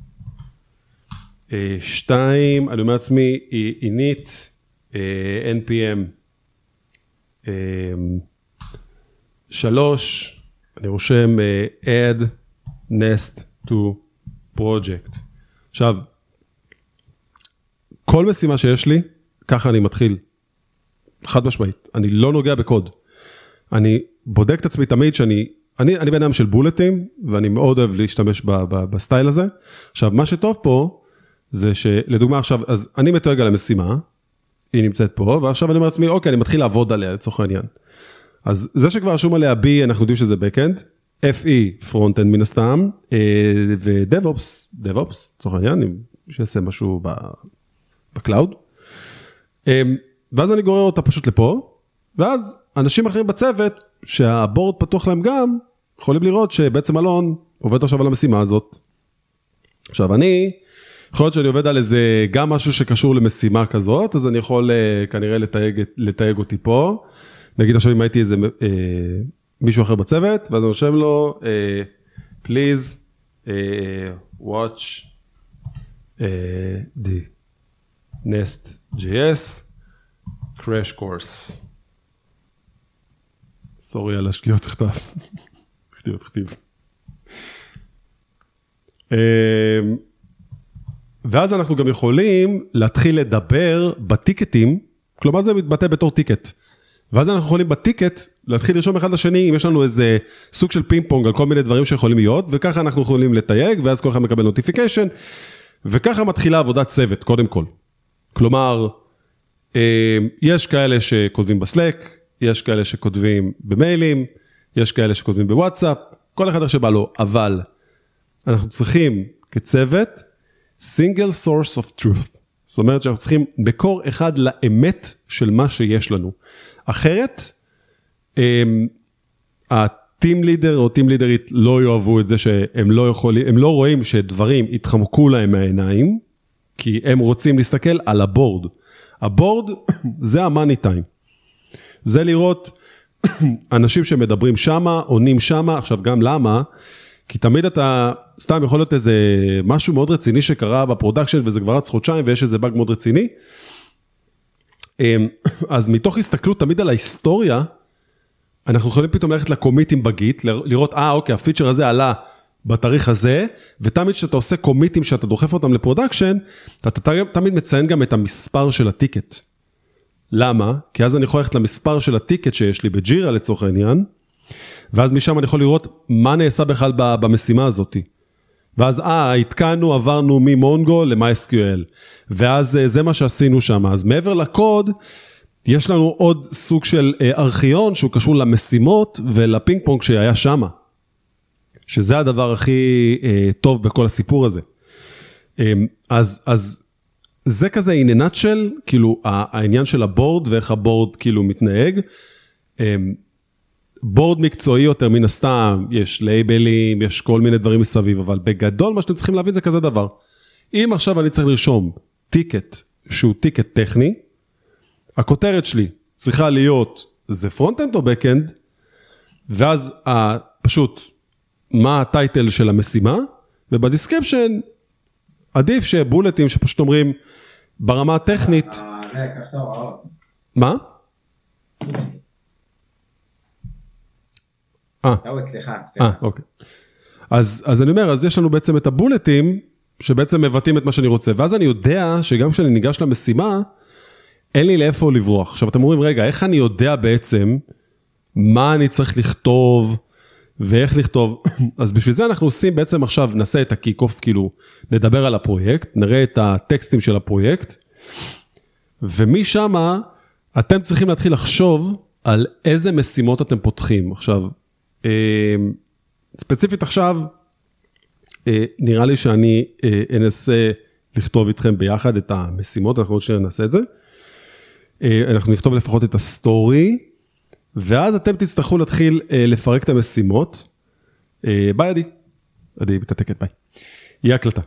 שתיים, אני אומר לעצמי, init, npm, שלוש, אני רושם add, nest to project. עכשיו, כל משימה שיש לי, ככה אני מתחיל. חד משמעית. אני לא נוגע בקוד. אני בודק את עצמי תמיד שאני, אני, אני בן אדם של בולטים, ואני מאוד אוהב להשתמש ב, ב, בסטייל הזה. עכשיו, מה שטוב פה, זה שלדוגמה עכשיו, אז אני מתויג על המשימה, היא נמצאת פה, ועכשיו אני אומר לעצמי, אוקיי, אני מתחיל לעבוד עליה לצורך העניין. אז זה שכבר רשום עליה B, אנחנו יודעים שזה backend, אף אי, פרונט-אנד מן הסתם, ו-DevOps, DevOps, צורך העניין, שיעשה משהו בקלאוד. ואז אני גורר אותה פשוט לפה, ואז אנשים אחרים בצוות, שהבורד פתוח להם גם, יכולים לראות שבעצם אלון עובד עכשיו על המשימה הזאת. עכשיו אני, יכול להיות שאני עובד על איזה, גם משהו שקשור למשימה כזאת, אז אני יכול כנראה לתייג, לתייג אותי פה. נגיד עכשיו אם הייתי איזה אה, מישהו אחר בצוות, ואז אני רושם לו, אה, please אה, watch אה, the nest.js crash course. סורי על השקיעות כתב. שקיעות כתיב. ואז אנחנו גם יכולים להתחיל לדבר בטיקטים, כלומר זה מתבטא בתור טיקט. ואז אנחנו יכולים בטיקט להתחיל לרשום אחד לשני, אם יש לנו איזה סוג של פינג פונג על כל מיני דברים שיכולים להיות, וככה אנחנו יכולים לתייג, ואז כל אחד מקבל נוטיפיקיישן, וככה מתחילה עבודת צוות, קודם כל. כלומר, יש כאלה שכותבים בסלק, יש כאלה שכותבים במיילים, יש כאלה שכותבים בוואטסאפ, כל אחד שבא לו, אבל אנחנו צריכים כצוות, single source of truth. זאת אומרת שאנחנו צריכים מקור אחד לאמת של מה שיש לנו. אחרת, הטים לידר או טים לידרית לא יאהבו את זה שהם לא יכולים, הם לא רואים שדברים יתחמקו להם מהעיניים, כי הם רוצים להסתכל על הבורד. הבורד זה המאני טיים. זה לראות אנשים שמדברים שמה, עונים שמה, עכשיו גם למה? כי תמיד אתה, סתם יכול להיות איזה משהו מאוד רציני שקרה בפרודקשן, וזה כבר רץ חודשיים, ויש איזה באג מאוד רציני. אז מתוך הסתכלות תמיד על ההיסטוריה, אנחנו יכולים פתאום ללכת לקומיטים בגיט, לראות, אה, אוקיי, הפיצ'ר הזה עלה בתאריך הזה, ותמיד שאתה עושה קומיטים שאתה דוחף אותם לפרודקשן, אתה תמיד מציין גם את המספר של הטיקט. למה? כי אז אני יכול ללכת למספר של הטיקט שיש לי בג'ירה לצורך העניין, ואז משם אני יכול לראות מה נעשה בכלל במשימה הזאת. ואז, אה, התקנו, עברנו ממונגו ל-MySQL, ואז זה מה שעשינו שם. אז מעבר לקוד, יש לנו עוד סוג של ארכיון שהוא קשור למשימות ולפינג פונג שהיה שם. שזה הדבר הכי טוב בכל הסיפור הזה. אז, אז זה כזה in a nutshell, כאילו העניין של הבורד ואיך הבורד כאילו מתנהג. בורד מקצועי יותר מן הסתם, יש לייבלים, יש כל מיני דברים מסביב, אבל בגדול מה שאתם צריכים להבין זה כזה דבר. אם עכשיו אני צריך לרשום טיקט שהוא טיקט טכני, הכותרת שלי צריכה להיות זה פרונט-אנד או בק-אנד, ואז פשוט מה הטייטל של המשימה, ובדיסקריפשן עדיף שבולטים שפשוט אומרים ברמה הטכנית. זה, כך טוב. מה? אה, סליחה, אה, סליחה. אוקיי. אז, אז אני אומר, אז יש לנו בעצם את הבולטים, שבעצם מבטאים את מה שאני רוצה, ואז אני יודע שגם כשאני ניגש למשימה, אין לי לאיפה לברוח. עכשיו אתם אומרים, רגע, איך אני יודע בעצם, מה אני צריך לכתוב, ואיך לכתוב, אז בשביל זה אנחנו עושים בעצם עכשיו, נעשה את הקיק-אוף, כאילו, נדבר על הפרויקט, נראה את הטקסטים של הפרויקט, ומשם, אתם צריכים להתחיל לחשוב, על איזה משימות אתם פותחים. עכשיו, ספציפית עכשיו, נראה לי שאני אנסה לכתוב איתכם ביחד את המשימות, אנחנו עוד שניה נעשה את זה. אנחנו נכתוב לפחות את הסטורי, ואז אתם תצטרכו להתחיל לפרק את המשימות. ביי עדי, עדי מתעתקת, ביי. יהיה הקלטה.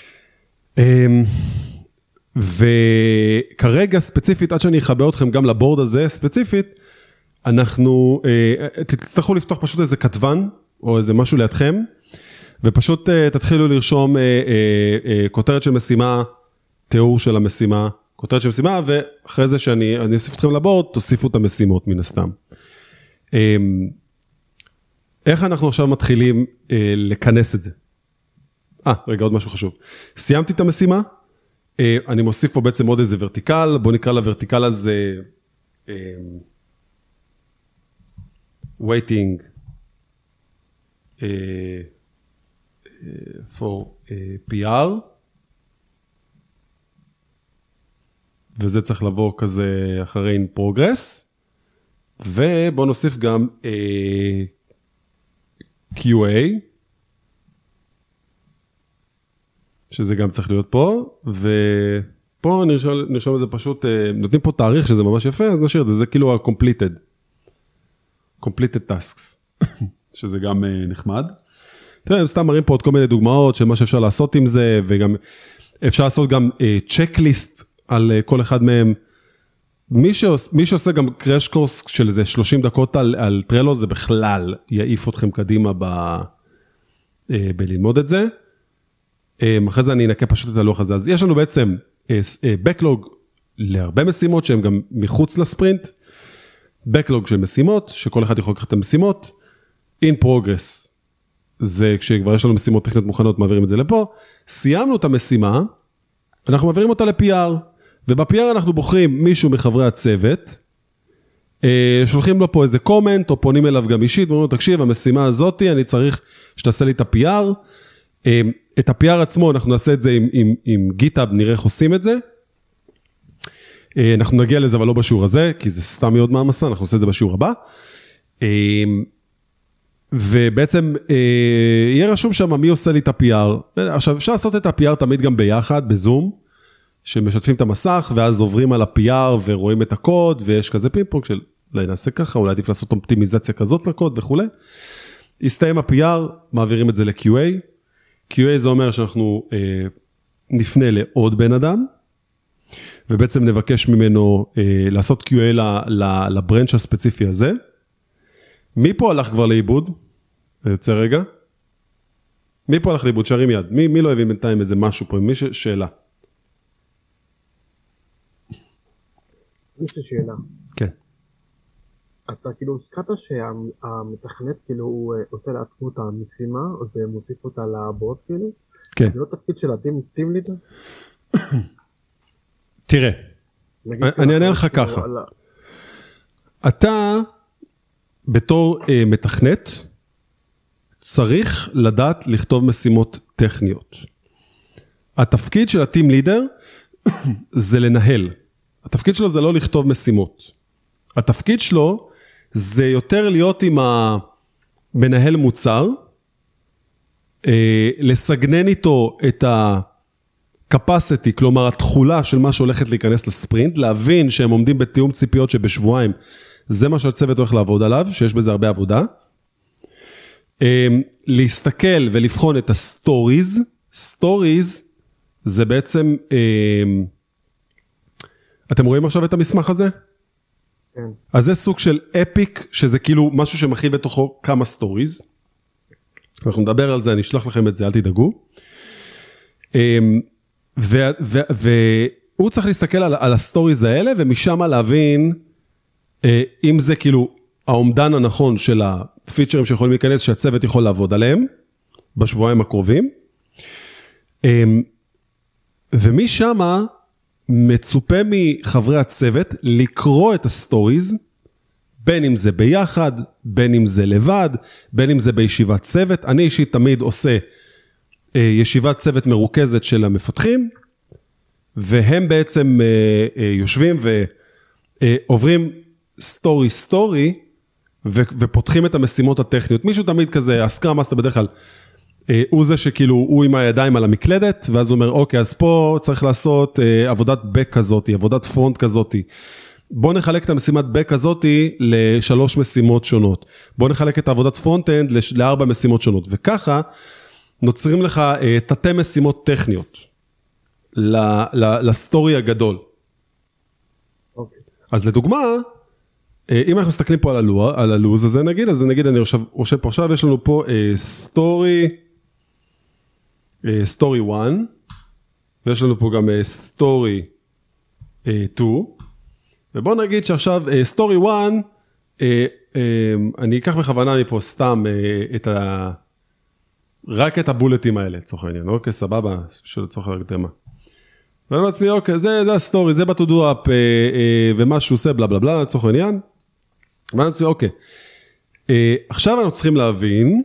וכרגע ספציפית, עד שאני אחבר אתכם גם לבורד הזה ספציפית, אנחנו, תצטרכו לפתוח פשוט איזה כתבן, או איזה משהו לידכם, ופשוט תתחילו לרשום כותרת של משימה, תיאור של המשימה, כותרת של משימה, ואחרי זה שאני אוסיף אתכם לבורד, תוסיפו את המשימות מן הסתם. איך אנחנו עכשיו מתחילים לכנס את זה? אה, רגע, עוד משהו חשוב. סיימתי את המשימה, אני מוסיף פה בעצם עוד איזה ורטיקל, בואו נקרא לוורטיקל הזה, waiting uh, for uh, פי אר, וזה צריך לבוא כזה אחרי in progress, ובוא נוסיף גם uh, קיו איי, שזה גם צריך להיות פה, ופה נרשום את זה פשוט, נותנים פה תאריך שזה ממש יפה, אז נשאיר את זה, זה כאילו ה-completed, completed tasks, שזה גם נחמד. תראה, הם סתם מראים פה עוד כל מיני דוגמאות של מה שאפשר לעשות עם זה, וגם אפשר לעשות גם צ'קליסט על כל אחד מהם. מי שעושה, מי שעושה גם קראש קורס של איזה שלושים דקות על, על טרלו, זה בכלל יעיף אתכם קדימה ב, בללמוד את זה. אחרי זה אני אנקה פשוט את הלוח הזה. אז יש לנו בעצם backlog להרבה משימות שהן גם מחוץ לספרינט, backlog של משימות, שכל אחד יכול לקחת את המשימות, in progress, זה כשכבר יש לנו משימות טכניות מוכנות, מעבירים את זה לפה, סיימנו את המשימה, אנחנו מעבירים אותה ל-פי אר, וב-פי אר אנחנו בוחרים מישהו מחברי הצוות, שולחים לו פה איזה קומנט, או פונים אליו גם אישית, ואומרים לו, תקשיב, המשימה הזאת, אני צריך שתעשה לי את ה-פי אר, את ה-פי אר עצמו, אנחנו נעשה את זה עם, עם, עם גיטאב, נראה איך עושים את זה, אנחנו נגיע לזה, אבל לא בשיעור הזה, כי זה סתם מאוד מעמסה, אנחנו נעשה את זה בשיעור הבא, ובעצם יהיה רשום שם מי עושה לי את ה-פי אר, עכשיו אפשר לעשות את ה-פי אר תמיד גם ביחד, בזום, שמשתפים את המסך, ואז עוברים על ה-פי אר ורואים את הקוד, ויש כזה פינג-פונג של, אולי נעשה ככה, אולי עדיף לעשות אופטימיזציה כזאת לקוד וכו'. יסתיים ה-פי אר, מעבירים את זה ל-קיו איי, קיו איי זה אומר שאנחנו אה, נפנה לעוד בן אדם, ובעצם נבקש ממנו אה, לעשות קיו איי לברנץ' הספציפי הזה. מי פה הלך כבר לאיבוד? יוצא רגע. מי פה הלך לאיבוד? שרים יד. מי, מי לא הבין בינתיים איזה משהו פה? מי ש... שאלה. יש לי שאלה. כן. אתה כאילו הזכרת שהמתכנת כאילו הוא עושה לעצמו את המשימה, ומוסיף אותה לבוט כאילו? כן. זה לא תפקיד של הטים לידר? תראה, אני אענה לך ככה. אתה, בתור מתכנת, צריך לדעת לכתוב משימות טכניות. התפקיד של הטים לידר זה לנהל. התפקיד שלו זה לא לכתוב משימות. התפקיד שלו זה יותר להיות עם המנהל מוצר, לסגנן איתו את ה-capacity, כלומר התחולה של מה שהולכת להיכנס לספרינט, להבין שהם עומדים בתיאום ציפיות שבשבועיים, זה מה שהצוות הולך לעבוד עליו, שיש בזה הרבה עבודה. להסתכל ולבחון את ה-stories, stories זה בעצם, אתם רואים עכשיו את המסמך הזה? כן. אז זה סוג של אפיק, שזה כאילו משהו שמכיל בתוכו כמה סטוריז. אנחנו נדבר על זה, אני אשלח לכם את זה, אל תדאגו. והוא צריך להסתכל על, על הסטוריז האלה, ומשם להבין, אם זה כאילו העומדן הנכון של הפיצ'רים שיכולים להיכנס, שהצוות יכול לעבוד עליהם, בשבועיים הקרובים. ומשם, מצופה מחברי הצוות לקרוא את הסטוריז, בין אם זה ביחד, בין אם זה לבד, בין אם זה בישיבת צוות. אני אישית תמיד עושה אה, ישיבת צוות מרוכזת של המפתחים, והם בעצם אה, אה, יושבים ועוברים סטורי סטורי, ופותחים את המשימות הטכניות. מישהו תמיד כזה, הסקראם מאסטר בדרך כלל, הוא זה שכאילו, הוא עם הידיים על המקלדת, ואז הוא אומר, אוקיי, אז פה צריך לעשות אה, עבודת בק כזאת, עבודת פרונט כזאת. בוא נחלק את המשימת בק כזאת לשלוש משימות שונות. בוא נחלק את העבודת פרונט-אנד לארבע משימות שונות. וככה נוצרים לך אה, תתי משימות טכניות ל, ל, לסטורי הגדול. אוקיי. אז לדוגמה, אה, אם אנחנו מסתכלים פה על, הלוע, על הלוז הזה, נגיד, אז נגיד אני רושם פה עכשיו, יש לנו פה אה, סטורי, סטורי אחת, ויש לנו פה גם סטורי שתיים, ובואו נגיד שעכשיו סטורי אחת, אני אקח בכוונה מפה סתם את ה... רק את הבולטים האלה, לצורך העניין, אוקיי, סבבה, שלצורך ההקדמה. ואני מעצמי, אוקיי, זה, זה הסטורי, זה ב-to-do-up, ומה שהוא עושה, בלה בלה בלה, לצורך העניין. ואני מעצמי, אוקיי. עכשיו אנחנו צריכים להבין,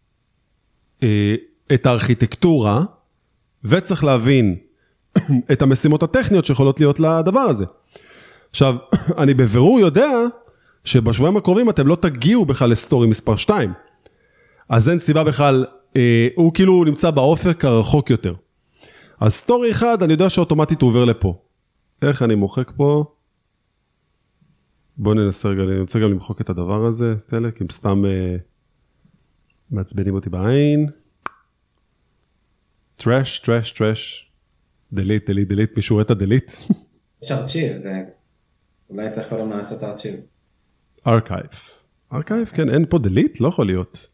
את הארכיטקטורה, וצריך להבין את המשימות הטכניות שיכולות להיות לדבר הזה. עכשיו, אני בבירור יודע שבשבועיים הקרובים אתם לא תגיעו בכלל לסטורי מספר שתיים. אז אין סיבה בכלל, אה, הוא כאילו נמצא באופק הרחוק יותר. אז סטורי אחד, אני יודע שאוטומטית הוא עובר לפה. איך אני מוחק פה? בואו ננסה רגע, אני רוצה גם למחוק את הדבר הזה, תלה, כי הם סתם אה, מעצבנים אותי בעין. טרש, טרש, טרש. דליט, דליט, דליט, מישהו רואה את הדליט? יש ארצ'יב, זה... אולי צריך קודם לעשות ארצ'יב. ארכייב. ארכייב, כן, אין פה דליט? לא יכול להיות.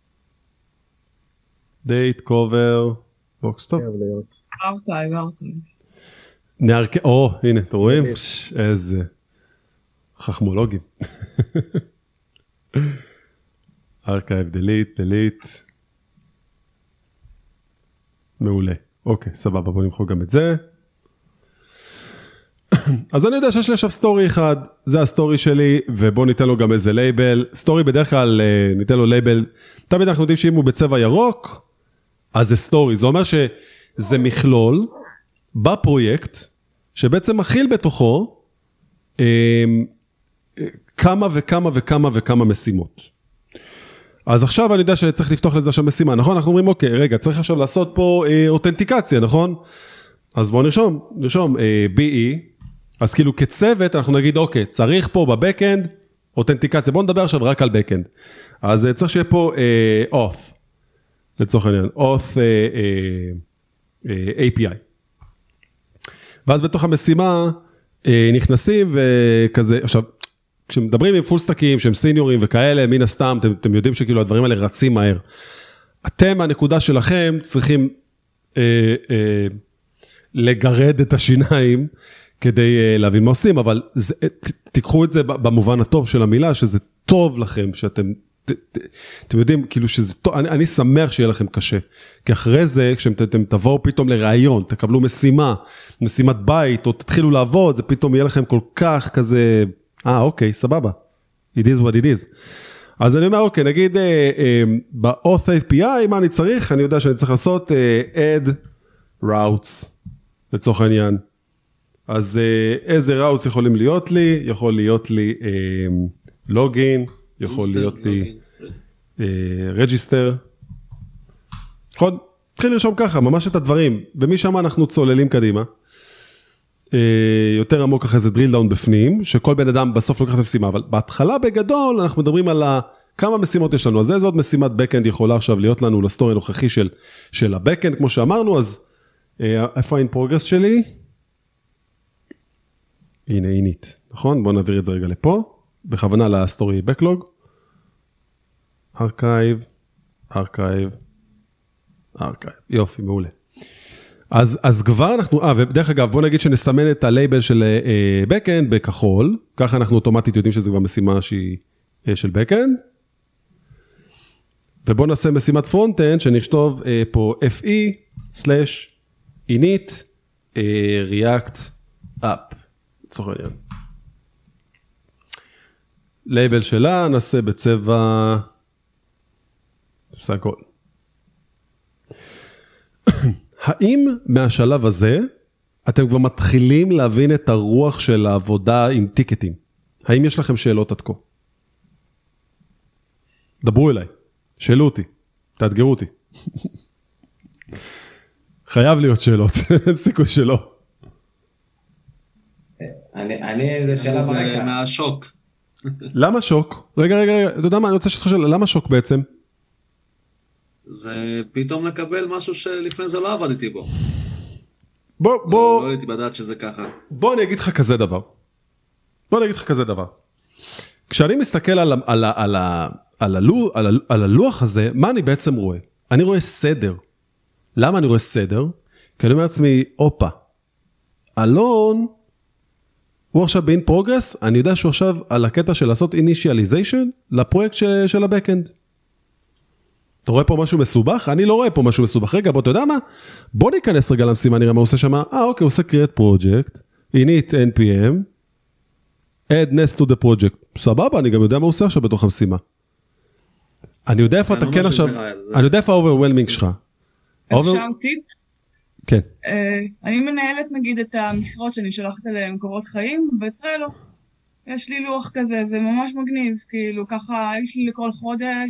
דייט, קובר, בוקס, טוב. חייב להיות. ארכייב, ארכייב. נארק... או, הנה, אתם רואים? פש, איזה חכמולוגים. ארכייב, דליט, דליט. מעולה. אוקיי, סבבה, בוא נמחוק גם את זה. אז אני יודע שיש לי עכשיו סטורי אחד, זה הסטורי שלי, ובוא ניתן לו גם איזה לייבל. סטורי בדרך כלל ניתן לו לייבל, תמיד אנחנו יודעים שאם הוא בצבע ירוק, אז זה סטורי. זה אומר שזה מכלול בפרויקט, שבעצם מכיל בתוכו אה, כמה וכמה וכמה וכמה משימות. אז עכשיו אני יודע שאני צריך לפתוח לזה עכשיו משימה, נכון? אנחנו אומרים, אוקיי, רגע, צריך עכשיו לעשות פה אה, אותנטיקציה, נכון? אז בואו נרשום, נרשום אה, בי אי, אז כאילו כצוות אנחנו נגיד, אוקיי, צריך פה בבקאנד אותנטיקציה, בואו נדבר עכשיו רק על בקאנד. אז אה, צריך שיהיה פה אה, auth, לצורך העניין, auth אה, אה, אה, איי פי איי. ואז בתוך המשימה אה, נכנסים וכזה, עכשיו, כשמדברים עם פול סטקים, שהם סיניורים וכאלה, מן הסתם, אתם, אתם יודעים שכאילו הדברים האלה רצים מהר. אתם, הנקודה שלכם, צריכים אה, אה, לגרד את השיניים, כדי אה, להבין מה עושים, אבל זה, תיקחו את זה במובן הטוב של המילה, שזה טוב לכם, שאתם, ת, ת, אתם יודעים, כאילו שזה טוב, אני, אני שמח שיהיה לכם קשה, כי אחרי זה, כשאתם תבואו פתאום לרעיון, תקבלו משימה, משימת בית, או תתחילו לעבוד, זה פתאום יהיה לכם כל כך כזה, אה, אוקיי, סבבה. It is what it is. אז אני אומר, אוקיי, נגיד, אה, אה, ב-auth איי פי איי, מה אני צריך? אני יודע שאני צריך לעשות אה, add routes, לצורך העניין. אז אה, איזה routes יכולים להיות לי? יכול להיות לי אה, login, יכול להיות לי אה, register. נכון? תתחיל לרשום ככה, ממש את הדברים, ומשם אנחנו צוללים קדימה. יותר עמוק אחרי זה drill down בפנים, שכל בן אדם בסוף לוקח את המשימה, אבל בהתחלה בגדול אנחנו מדברים על כמה משימות יש לנו, אז איזה עוד משימת backend יכולה עכשיו להיות לנו לסטורי הנוכחי של, של ה-backend, כמו שאמרנו, אז איפה ה-in progress שלי? הנה, init, נכון? בואו נעביר את זה רגע לפה, בכוונה לסטורי backlog, archive, archive, archive, יופי, מעולה. אז, אז כבר אנחנו, אה, ודרך אגב, בוא נגיד שנסמן את הלייבל של אה, backend בכחול, ככה אנחנו אוטומטית יודעים שזה כבר משימה שהיא אה, של backend, ובוא נעשה משימת frontend, שנכתוב אה, פה fe slash init אה, react up, לצורך העניין. לייבל שלה נעשה בצבע סגול. האם מהשלב הזה, אתם כבר מתחילים להבין את הרוח של העבודה עם טיקטים? האם יש לכם שאלות עד כה? דברו אליי, שאלו אותי, תאתגרו אותי. חייב להיות שאלות, אין סיכוי שלא. אני, אני, זה שאלה זה ברקע. מהשוק. למה שוק? רגע, רגע, רגע, אתה יודע מה, אני רוצה שתחשב, למה שוק בעצם? זה פתאום לקבל משהו שלפני זה לא עבדתי בו. בוא, בוא, לא הייתי בדעת שזה ככה. בוא אני אגיד לך כזה דבר. בוא אני אגיד לך כזה דבר. כשאני מסתכל על, על, על, על, הלוח, על, על הלוח הזה, מה אני בעצם רואה? אני רואה סדר. למה אני רואה סדר? כי אני אומר לעצמי, אופה, אלון, הוא עכשיו ב-in progress, אני יודע שהוא עכשיו על הקטע של לעשות initialization לפרויקט של, של ה-backend. אתה רואה פה משהו מסובך? אני לא רואה פה משהו מסובך. רגע, בוא, אתה יודע מה? בוא ניכנס רגע למשימה, נראה מה הוא עושה שם. אה, אוקיי, הוא עושה create project, init npm, add nest to the project. סבבה, אני גם יודע מה הוא עושה עכשיו בתוך המשימה. אני יודע איפה אתה כן עכשיו, אני יודע איפה ה-overwhelming שלך. אפשר טיפ? כן. אני מנהלת נגיד את המשרות שאני שולחת אליהם קורות חיים, בטרלו. יש לי לוח כזה, זה ממש מגניב, כאילו ככה יש לי לכל חודש,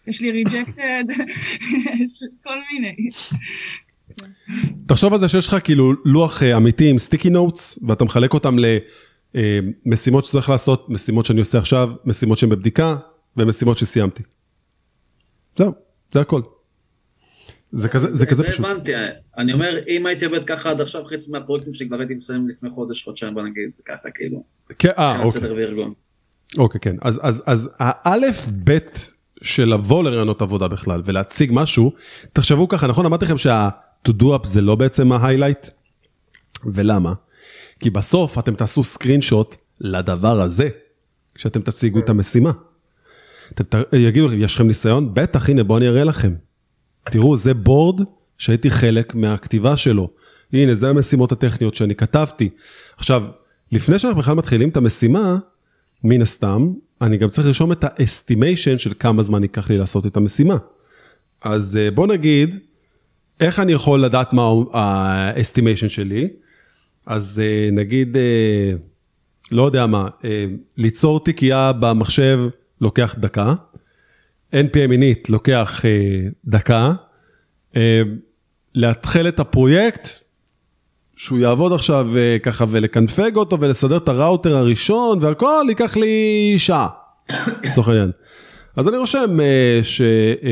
יש לי ריג'קטד, יש כל מיני. תחשוב על זה שיש לך כאילו לוח אמיתי עם סטיקי נוטס, ואתה מחלק אותם למשימות שצריך לעשות, משימות שאני עושה עכשיו, משימות שהן בבדיקה, ומשימות שסיימתי. זהו, זה הכל. זה כזה, זה כזה פשוט. זה הבנתי, אני אומר, אם הייתי עובד ככה עד עכשיו, חצי מהפרויקטים שלי כבר הייתי מסיים לפני חודש, חודשיים, בוא נגיד, זה ככה כאילו. כן, אה, אוקיי. אוקיי, כן. אז, אז, אז האלף בית של לבוא לרעיונות עבודה בכלל, ולהציג משהו, תחשבו ככה, נכון? אמרתי לכם שה-to do up זה לא בעצם ה-highlight? ולמה? כי בסוף אתם תעשו סקרינשוט לדבר הזה, כשאתם תציגו את המשימה. אתם יגידו, יש לכם ניסיון? בטח, הנה, בואו אני אראה לכם. תראו, זה בורד שהייתי חלק מהכתיבה שלו. הנה, זה המשימות הטכניות שאני כתבתי. עכשיו, לפני שאנחנו בכלל מתחילים את המשימה, מן הסתם, אני גם צריך לרשום את ה-estimation של כמה זמן ייקח לי לעשות את המשימה. אז בוא נגיד, איך אני יכול לדעת מה ה-estimation שלי? אז נגיד, לא יודע מה, ליצור תיקייה במחשב לוקח דקה, אן פי אם init לוקח דקה, להתחיל את הפרויקט, שהוא יעבוד עכשיו ככה ולקנפג אותו ולסדר את הראוטר הראשון והכל, ייקח לי שעה, לצורך העניין. אז אני רושם ש...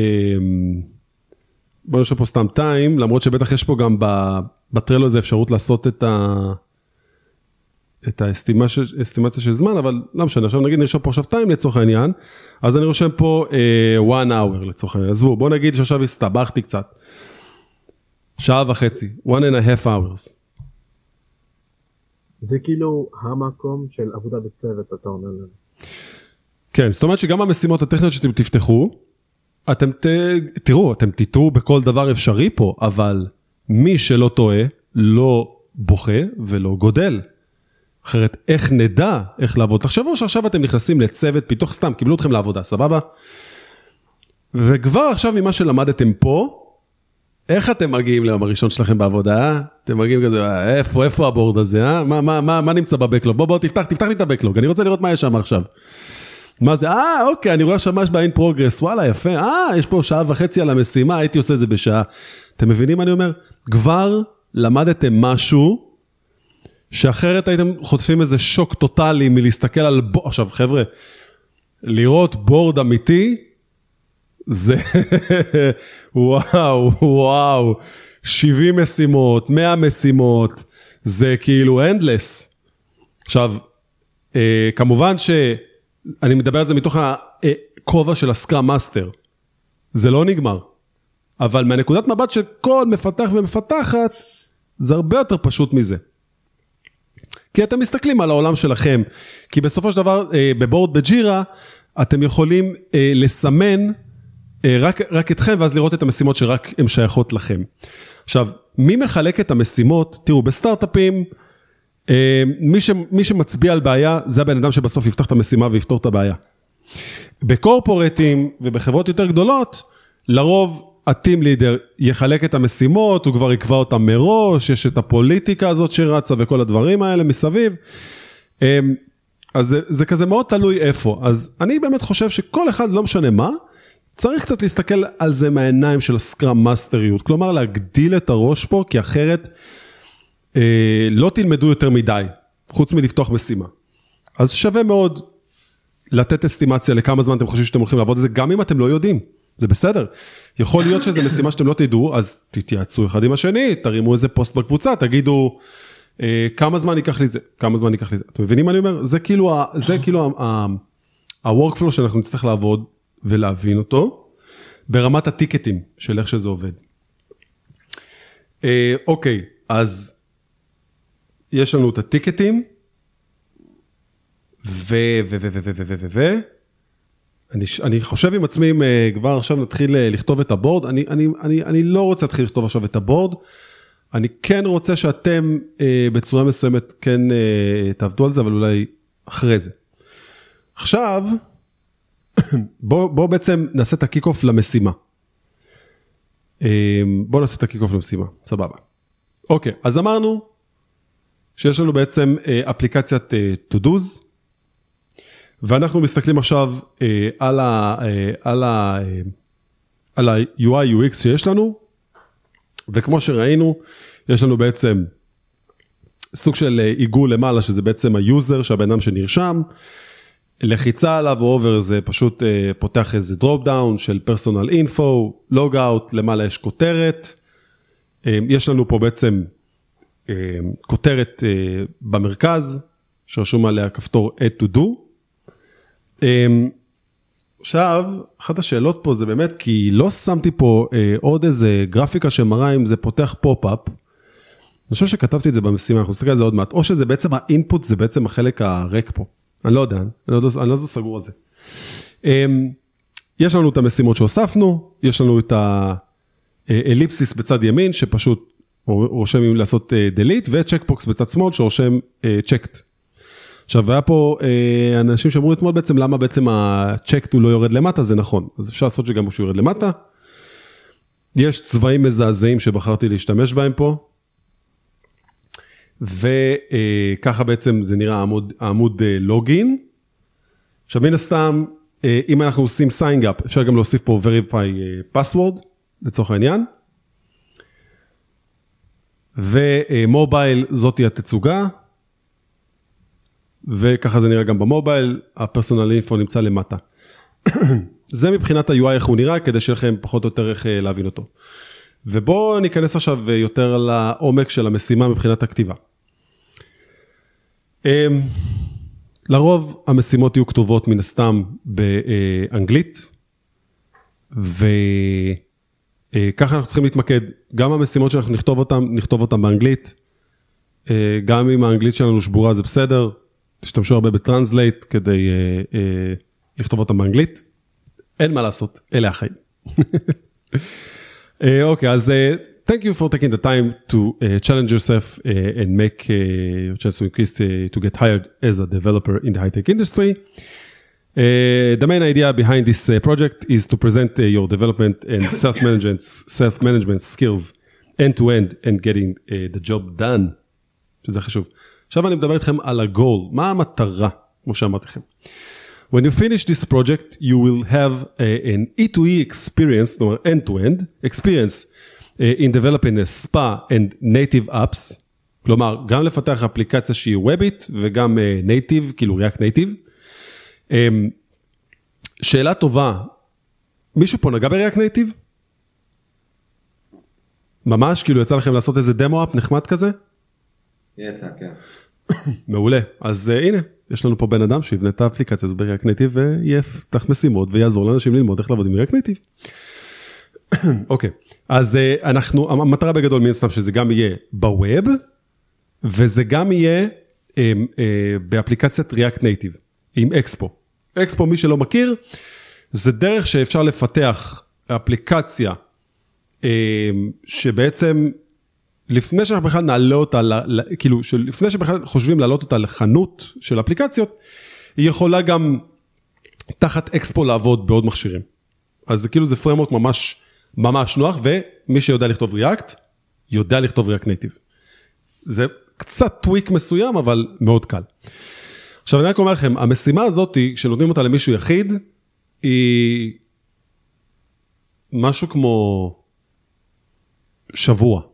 בוא נרשום פה סתם טיים, למרות שבטח יש פה גם בטרלו איזה אפשרות לעשות את ה... את האסטימציה של זמן, אבל לא משנה, עכשיו נגיד נרשום פה עכשיו טיים לצורך העניין, אז אני רושם פה one hour לצורך העניין, עזבו, בוא נגיד שעכשיו הסתבכתי קצת, שעה וחצי, one and a half hours. זה כאילו המקום של עבודה בצוות, אתה אומר לנו. כן, זאת אומרת שגם המשימות הטכניות שאתם תפתחו, אתם ת... תראו, אתם תיתרו בכל דבר אפשרי פה, אבל מי שלא טועה, לא בוכה ולא גודל. אחרת, איך נדע איך לעבוד? תחשבו שעכשיו אתם נכנסים לצוות, פתאום סתם, קיבלו אתכם לעבודה, סבבה? וכבר עכשיו ממה שלמדתם פה, איך אתם מגיעים ליום הראשון שלכם בעבודה, אה? אתם מגיעים כזה, איפה, איפה הבורד הזה, אה? מה, מה, מה, מה נמצא בבקלוג? בוא, בוא, תפתח, תפתח לי את הבקלוג, אני רוצה לראות מה יש שם עכשיו. מה זה? אה, אוקיי, אני רואה עכשיו מה יש בה in progress, וואלה, יפה, אה, יש פה שעה וחצי על המשימה, הייתי עושה זה בשעה. אתם מבינים מה אני אומר? כבר למדתם משהו, שאחרת הייתם חוטפים איזה שוק טוטלי מלהסתכל על בורד, עכשיו חבר'ה, לראות בורד אמיתי, זה, וואו, וואו, שבעים משימות, מאה משימות, זה כאילו endless. עכשיו, אה, כמובן שאני מדבר על זה מתוך הכובע של הסקראם מאסטר, זה לא נגמר, אבל מהנקודת מבט של כל מפתח ומפתחת, זה הרבה יותר פשוט מזה. כי אתם מסתכלים על העולם שלכם, כי בסופו של דבר, בבורד בג'ירה, אתם יכולים לסמן רק, רק אתכם, ואז לראות את המשימות שרק הן שייכות לכם. עכשיו, מי מחלק את המשימות? תראו, בסטארט-אפים, מי, ש, מי שמצביע על בעיה, זה הבן אדם שבסוף יפתח את המשימה ויפתור את הבעיה. בקורפורטים ובחברות יותר גדולות, לרוב, הטים לידר יחלק את המשימות, הוא כבר יקבע אותם מראש, יש את הפוליטיקה הזאת שרצה וכל הדברים האלה מסביב. אז זה, זה כזה מאוד תלוי איפה. אז אני באמת חושב שכל אחד, לא משנה מה, צריך קצת להסתכל על זה מהעיניים של הסקראם מאסטריות. כלומר, להגדיל את הראש פה, כי אחרת אה, לא תלמדו יותר מדי, חוץ מלפתוח משימה. אז שווה מאוד לתת אסטימציה לכמה זמן אתם חושבים שאתם הולכים לעבוד את זה, גם אם אתם לא יודעים. זה בסדר. יכול להיות שזו משימה שאתם לא תדעו, אז תתייעצו אחד עם השני, תרימו איזה פוסט בקבוצה, תגידו, אה, כמה זמן ייקח לי זה, כמה זמן ייקח לי זה. אתם מבינים מה אני אומר? זה כאילו, זה כאילו ה-workflow שאנחנו נצטרך לעבוד ולהבין אותו, ברמת הטיקטים של איך שזה עובד. אה, אוקיי, אז יש לנו את הטיקטים, ו, ו, ו, ו, ו, ו, ו, ו, ו, אני, אני חושב עם עצמי, אם כבר עכשיו נתחיל לכתוב את הבורד, אני, אני, אני, אני לא רוצה להתחיל לכתוב עכשיו את הבורד, אני כן רוצה שאתם אה, בצורה מסוימת כן אה, תעבדו על זה, אבל אולי אחרי זה. עכשיו, בוא, בוא בעצם נעשה את הקיק-אוף למשימה. אה, בוא נעשה את הקיק-אוף למשימה, סבבה. אוקיי, אז אמרנו שיש לנו בעצם אה, אפליקציית אה, to-dos, ואנחנו מסתכלים עכשיו אה, על, ה, אה, על על ה-יו איי יו אקס שיש לנו, וכמו שראינו, יש לנו בעצם סוג של עיגול למעלה, שזה בעצם היוזר, שהבן אדם שנרשם, לחיצה עליו אובר זה פשוט אה, פותח איזה דרופ דאון של פרסונל אינפו, לוג אאוט, למעלה יש כותרת, אה, יש לנו פה בעצם אה, כותרת אה, במרכז, שרשום עליה כפתור add to do. אה, עכשיו, אחת השאלות פה זה באמת, כי לא שמתי פה אה, עוד איזה גרפיקה שמראה אם זה פותח פופ-אפ, אני חושב שכתבתי את זה במשימה, אנחנו נסתכל על זה עוד מעט, או שזה בעצם האינפוט, זה בעצם החלק הריק פה. אני לא יודע, אני לא, אני לא סגור על זה. יש לנו את המשימות שהוספנו, יש לנו את האליפסיס בצד ימין, שפשוט רושם אם לעשות delete, וצ'קבוקס בצד שמאל, שרושם checked. עכשיו, היה פה אנשים שאמרו אתמול בעצם, למה בעצם ה-checked הוא לא יורד למטה, זה נכון. אז אפשר לעשות שגם הוא יורד למטה. יש צבעים מזעזעים שבחרתי להשתמש בהם פה. וככה בעצם זה נראה עמוד, עמוד לוגין. עכשיו מן הסתם, אם אנחנו עושים sign up, אפשר גם להוסיף פה verify password, לצורך העניין. ומובייל, זאת היא התצוגה. וככה זה נראה גם במובייל, הפרסונל אינפו נמצא למטה. זה מבחינת ה-יו איי איך הוא נראה, כדי שלכם פחות או יותר איך להבין אותו. ובואו ניכנס עכשיו יותר לעומק של המשימה מבחינת הכתיבה. לרוב המשימות יהיו כתובות מן הסתם באנגלית, וככה אנחנו צריכים להתמקד, גם המשימות שאנחנו נכתוב אותן, נכתוב אותן באנגלית, גם אם האנגלית שלנו שבורה זה בסדר, תשתמשו הרבה בטרנסלייט כדי לכתוב אותם באנגלית, אין מה לעשות, אלה החיים. אוקיי, אז thank you for taking the time to uh, challenge yourself uh, and make uh, your chance to increase uh, to get hired as a developer in the high-tech industry. Uh, the main idea behind this uh, project is to present uh, your development and self-management self-management skills end-to-end and getting uh, the job done. שזה חשוב. עכשיו אני מדבר איתכם על הגול. מה המטרה, כמו שאמרתי לכם? When you finish this project, you will have a, an E to E experience, no, end-to-end experience uh, in developing a spa and native apps. כלומר, גם לפתח אפליקציה שהיא וובית, וגם uh, native, כאילו React native. Um, שאלה טובה, מישהו פה נגע ב-React native? ממש, כאילו יצא לכם לעשות איזה דמו-אפ נחמד כזה? יצא, כן. מעולה. אז uh, הנה. יש לנו פה בן אדם שיבנה את האפליקציה הזאת ב-React Native ויפתח משימות ויעזור לאנשים ללמוד איך לעבוד עם React Native. אוקיי, אז אנחנו, המטרה בגדול מן הסתם שזה גם יהיה בווב, וזה גם יהיה באפליקציית React Native, עם אקספו. אקספו, מי שלא מכיר, זה דרך שאפשר לפתח אפליקציה שבעצם לפני שאנחנו בכלל נעלה אותה, כאילו, לפני שבכלל חושבים להעלות אותה לחנות של אפליקציות, היא יכולה גם תחת אקספו לעבוד בעוד מכשירים. אז זה כאילו זה פריימוורק ממש, ממש נוח, ומי שיודע לכתוב React, יודע לכתוב React Native. זה קצת טוויק מסוים, אבל מאוד קל. עכשיו אני רק אומר לכם, המשימה הזאת, כשנותנים אותה למישהו יחיד, היא משהו כמו שבוע.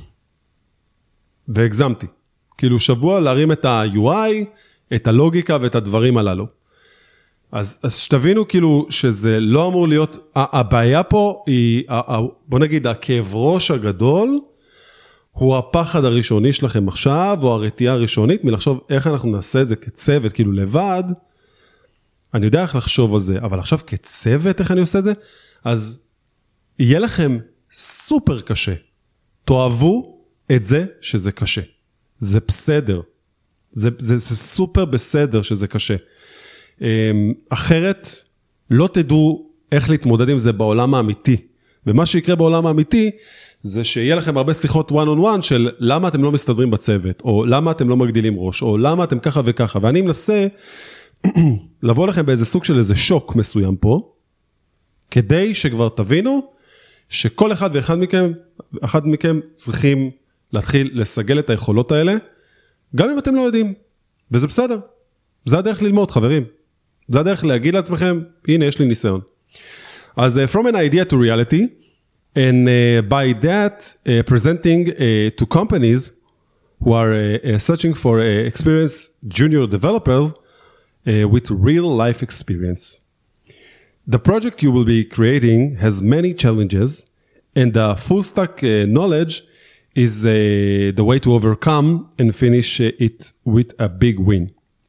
והגזמתי. כאילו שבוע להרים את ה-יו איי, את הלוגיקה ואת הדברים הללו. אז, אז שתבינו כאילו שזה לא אמור להיות, הבעיה פה היא, בוא נגיד, הכאב ראש הגדול, הוא הפחד הראשוני שלכם עכשיו, או הרתיעה הראשונית, מלחשוב איך אנחנו נעשה את זה כצוות, כאילו לבד, אני יודע איך לחשוב על זה, אבל עכשיו כצוות איך אני עושה את זה, אז יהיה לכם סופר קשה. תאהבו, את זה שזה קשה. זה בסדר. זה, זה, זה סופר בסדר שזה קשה. אחרת, לא תדעו איך להתמודד עם זה בעולם האמיתי. ומה שיקרה בעולם האמיתי, זה שיהיה לכם הרבה שיחות one on one של למה אתם לא מסתדרים בצוות, או למה אתם לא מגדילים ראש, או למה אתם ככה וככה. ואני מנסה לבוא לכם באיזה סוג של איזה שוק מסוים פה, כדי שכבר תבינו, שכל אחד ואחד מכם, אחד מכם צריכים להתחיל לסגל את היכולות האלה, גם אם אתם לא יודעים, וזה בסדר. זה הדרך ללמוד, חברים. זה הדרך להגיד לעצמכם, הנה, יש לי ניסיון. אז uh, from an idea to reality, and uh, by that uh, presenting uh, to companies who are uh, uh, searching for uh, experienced junior developers uh, with real life experience. The project you will be creating has many challenges, and the full stack uh, knowledge is uh, the way to overcome and finish uh, it with a big win.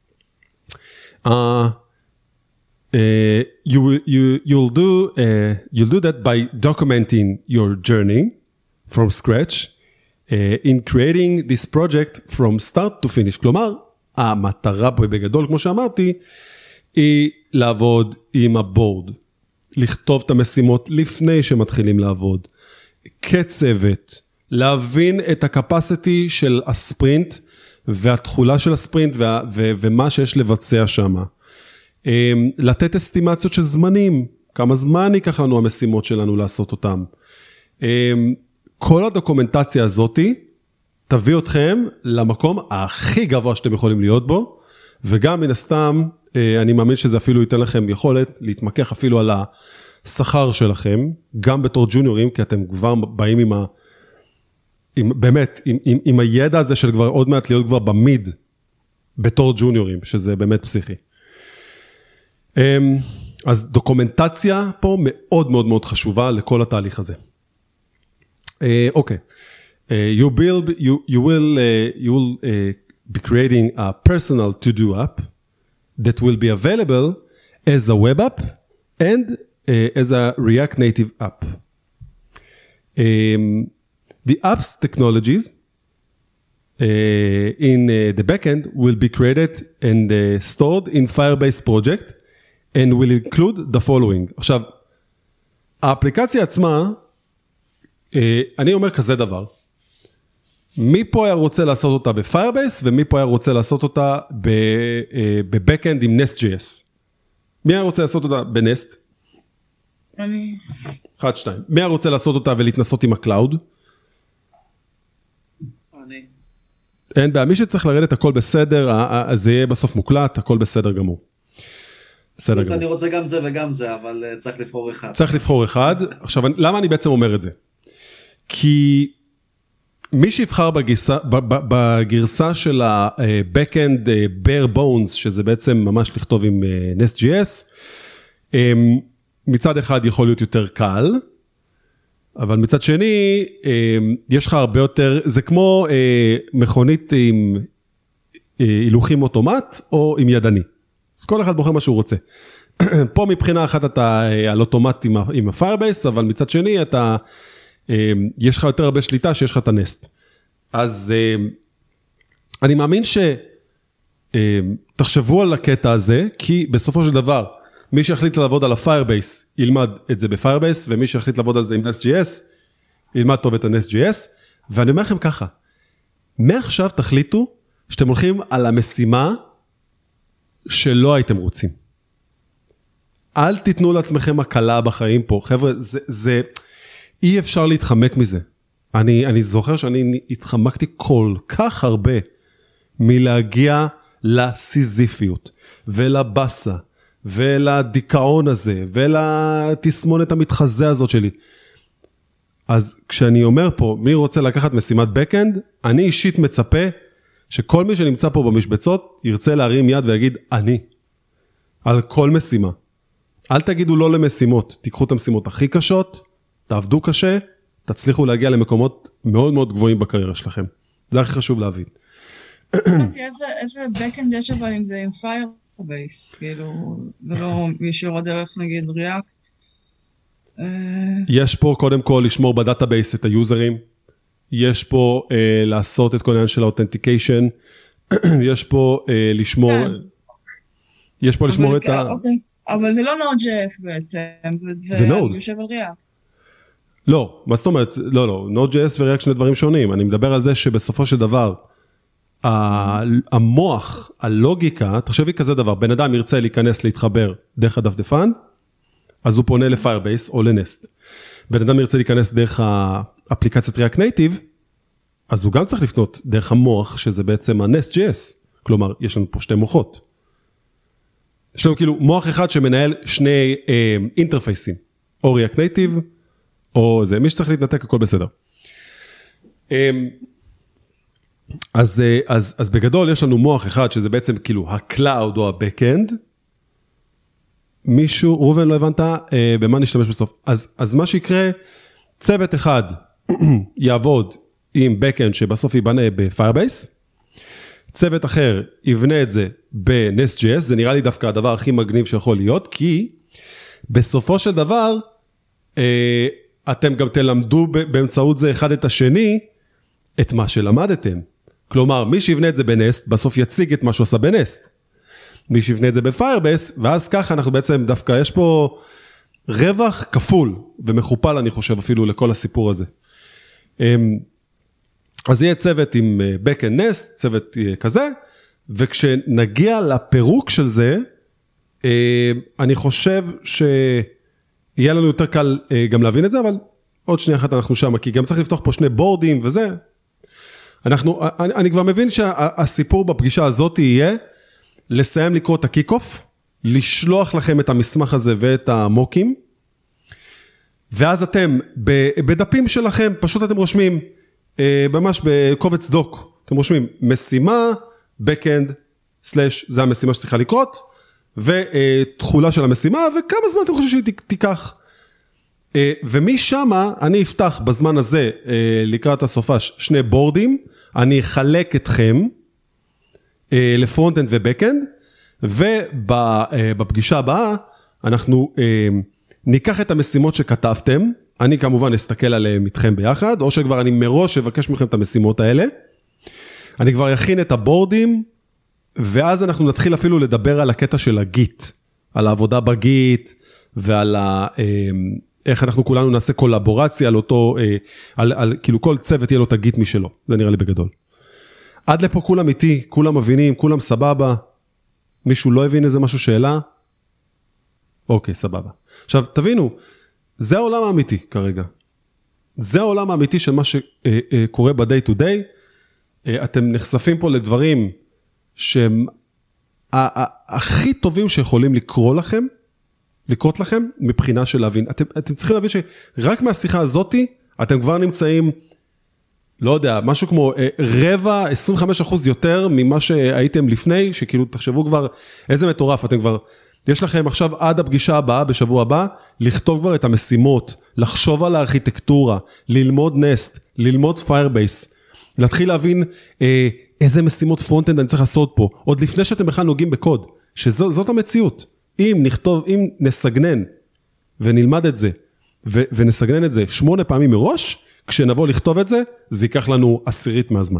Uh, Uh, you will you you'll do uh, you'll do that by documenting your journey from scratch uh, in creating this project from start to finish. כלומר, המטרה פה בגדול, כמו שאמרתי, היא לעבוד עם הבורד, לכתוב את המשימות לפני שמתחילים לעבוד, כצוות, להבין את הקפסיטי של הספרינט והתחולה של הספרינט וה, ו, ומה שיש לבצע שם. לתת אסטימציות של זמנים, כמה זמן ייקח לנו המשימות שלנו לעשות אותם. כל הדוקומנטציה הזאת תביא אתכם למקום הכי גבוה שאתם יכולים להיות בו, וגם מן הסתם, אני מאמין שזה אפילו ייתן לכם יכולת להתמקח אפילו על השכר שלכם, גם בתור ג'וניורים, כי אתם כבר באים עם ה... עם, באמת, עם, עם, עם הידע הזה של כבר עוד מעט להיות כבר במיד, בתור ג'וניורים, שזה באמת פסיכי. אז דוקומנטציה פה מאוד מאוד מאוד חשובה לכל התהליך הזה. אוקיי. You build, you, you will, uh, you will uh, be creating a personal to-do app that will be available as a web app and uh, as a React Native app. Um, the app's technologies uh, in uh, the backend will be created and uh, stored in Firebase project and will include the following. עכשיו, האפליקציה עצמה, אני אומר כזה דבר, מי פה היה רוצה לעשות אותה ב-Firebase, ומי פה היה רוצה לעשות אותה ב-Backend עם Nest.js? מי היה רוצה לעשות אותה ב-Nest? אני... אחד, שתיים. מי היה רוצה לעשות אותה ולהתנסות עם הקלאוד? אני. אין בעיה, מי שצריך לרדת הכל בסדר, זה יהיה בסוף מוקלט, הכל בסדר גמור. בסדר גמור. אני רוצה גם זה וגם זה, אבל צריך לבחור אחד. צריך לבחור אחד. עכשיו, למה אני בעצם אומר את זה? כי מי שיבחר בגרסה, בגרסה של ה-Backend bare bones, שזה בעצם ממש לכתוב עם Nest.js, מצד אחד יכול להיות יותר קל, אבל מצד שני, יש לך הרבה יותר, זה כמו מכונית עם הילוכים אוטומט או עם ידני. אז כל אחד בוחר מה שהוא רוצה. פה מבחינה אחת אתה על אוטומט עם ה-Firebase, אבל מצד שני אתה, יש לך יותר הרבה שליטה שיש לך את הנסט. אז אני מאמין שתחשבו על הקטע הזה, כי בסופו של דבר, מי שיחליט לעבוד על ה-Firebase, ילמד את זה ב-Firebase, ומי שיחליט לעבוד על זה עם Nest.js, ילמד טוב את ה-Nest.js, ואני אומר לכם ככה, מעכשיו תחליטו שאתם הולכים על המשימה שלא הייתם רוצים. אל תיתנו לעצמכם הקלה בחיים פה. חבר'ה, זה, זה, אי אפשר להתחמק מזה. אני, אני זוכר שאני התחמקתי כל כך הרבה מלהגיע לסיזיפיות ולבסה ולדיכאון הזה ולתסמונת המתחזה הזאת שלי. אז כשאני אומר פה, מי רוצה לקחת משימת backend, אני אישית מצפה שכל מי שנמצא פה במשבצות ירצה להרים יד ויגיד אני, על כל משימה. אל תגידו לא למשימות, תיקחו את המשימות הכי קשות, תעבדו קשה, תצליחו להגיע למקומות מאוד מאוד גבוהים בקריירה שלכם. זה הכי חשוב להבין. איזה backend יש אבל אם זה עם Firebase, כאילו, זה לא ישיר דרך נגיד React. יש פה קודם כל לשמור בדאטאבייס את היוזרים, יש פה אה, לעשות את כל העניין של האותנטיקיישן, יש פה אה, לשמור, כן. יש פה לשמור את ה... אוקיי, אבל זה לא Node.js בעצם, זה, זה, זה Node. יושב על React. לא, מה זאת אומרת? לא, לא, Node.js ו-React שני דברים שונים, אני מדבר על זה שבסופו של דבר, המוח, הלוגיקה, תחשבי כזה דבר, בן אדם ירצה להיכנס להתחבר דרך הדפדפן, אז הוא פונה ל-Firebase או ל-Nest. בן אדם ירצה להיכנס דרך האפליקציית React Native, אז הוא גם צריך לפנות דרך המוח, שזה בעצם ה-Nest.js. כלומר, יש לנו פה שתי מוחות. יש לנו כאילו מוח אחד שמנהל שני אה, אינטרפייסים, או React Native, או זה, מי שצריך להתנתק, הכל בסדר. אז, אז, אז בגדול יש לנו מוח אחד, שזה בעצם כאילו ה-Cloud או ה-Backend, מישהו, רובן לא הבנת, במה נשתמש בסוף. אז, אז מה שיקרה, צוות אחד יעבוד עם Backend שבסוף ייבנה ב-Firebase, צוות אחר יבנה את זה ב-Nest.js, זה נראה לי דווקא הדבר הכי מגניב שיכול להיות, כי בסופו של דבר, אתם גם תלמדו באמצעות זה אחד את השני, את מה שלמדתם. כלומר, מי שיבנה את זה בנסט, בסוף יציג את מה שהוא עושה בנסט. מי שיבנה את זה בפיירבייס, ואז ככה אנחנו בעצם דווקא, יש פה רווח כפול ומכופל, אני חושב אפילו לכל הסיפור הזה. אז יהיה צוות עם backend nest, צוות כזה, וכשנגיע לפירוק של זה, אני חושב שיהיה לנו יותר קל גם להבין את זה, אבל עוד שנייה אחת אנחנו שם, כי גם צריך לפתוח פה שני בורדים וזה. אנחנו, אני, אני כבר מבין שהסיפור בפגישה הזאת יהיה, לסיים לקרוא את הקיק-אוף, לשלוח לכם את המסמך הזה ואת המוקים, ואז אתם, בדפים שלכם, פשוט אתם רושמים, ממש בקובץ דוק, אתם רושמים משימה, backend, סלש, זה המשימה שצריכה לקרות, ותחולה של המשימה, וכמה זמן אתם חושבים שהיא תיקח. ומשם אני אפתח בזמן הזה, לקראת הסופש, שני בורדים, אני אחלק אתכם לפרונט-אנד ובק-אנד, ובפגישה הבאה אנחנו ניקח את המשימות שכתבתם, אני כמובן אסתכל עליהם איתכם ביחד, או שכבר אני מראש אבקש מכם את המשימות האלה, אני כבר יכין את הבורדים, ואז אנחנו נתחיל אפילו לדבר על הקטע של הגיט, על העבודה בגיט, ועל ה... איך אנחנו כולנו נעשה קולבורציה על אותו, על, על, כאילו כל צוות יהיה לו את הגיט משלו, זה נראה לי בגדול. עד לפה כולם איתי, כולם מבינים, כולם סבבה, מישהו לא הבין איזה משהו שאלה? אוקיי, סבבה. עכשיו, תבינו, זה העולם האמיתי כרגע. זה העולם האמיתי של מה שקורה ב-day to day, אתם נחשפים פה לדברים שהם הכי טובים שיכולים לקרוא לכם, לקרות לכם מבחינה של להבין. אתם, אתם צריכים להבין שרק מהשיחה הזאת, אתם כבר נמצאים, לא יודע, משהו כמו רבע, עשרים וחמישה אחוז יותר ממה שהייתם לפני, שכאילו תחשבו כבר איזה מטורף, אתם כבר, יש לכם עכשיו עד הפגישה הבאה, בשבוע הבא, לכתוב כבר את המשימות, לחשוב על הארכיטקטורה, ללמוד נסט, ללמוד פיירבייס, להתחיל להבין אה, איזה משימות פרונט-אנד אני צריך לעשות פה, עוד לפני שאתם בכלל נוגעים בקוד, שזאת המציאות. אם נכתוב, אם נסגנן ונלמד את זה, ו- ונסגנן את זה שמונה פעמים מראש, כשנבוא לכתוב את זה, זה ייקח לנו עשירית מהזמן.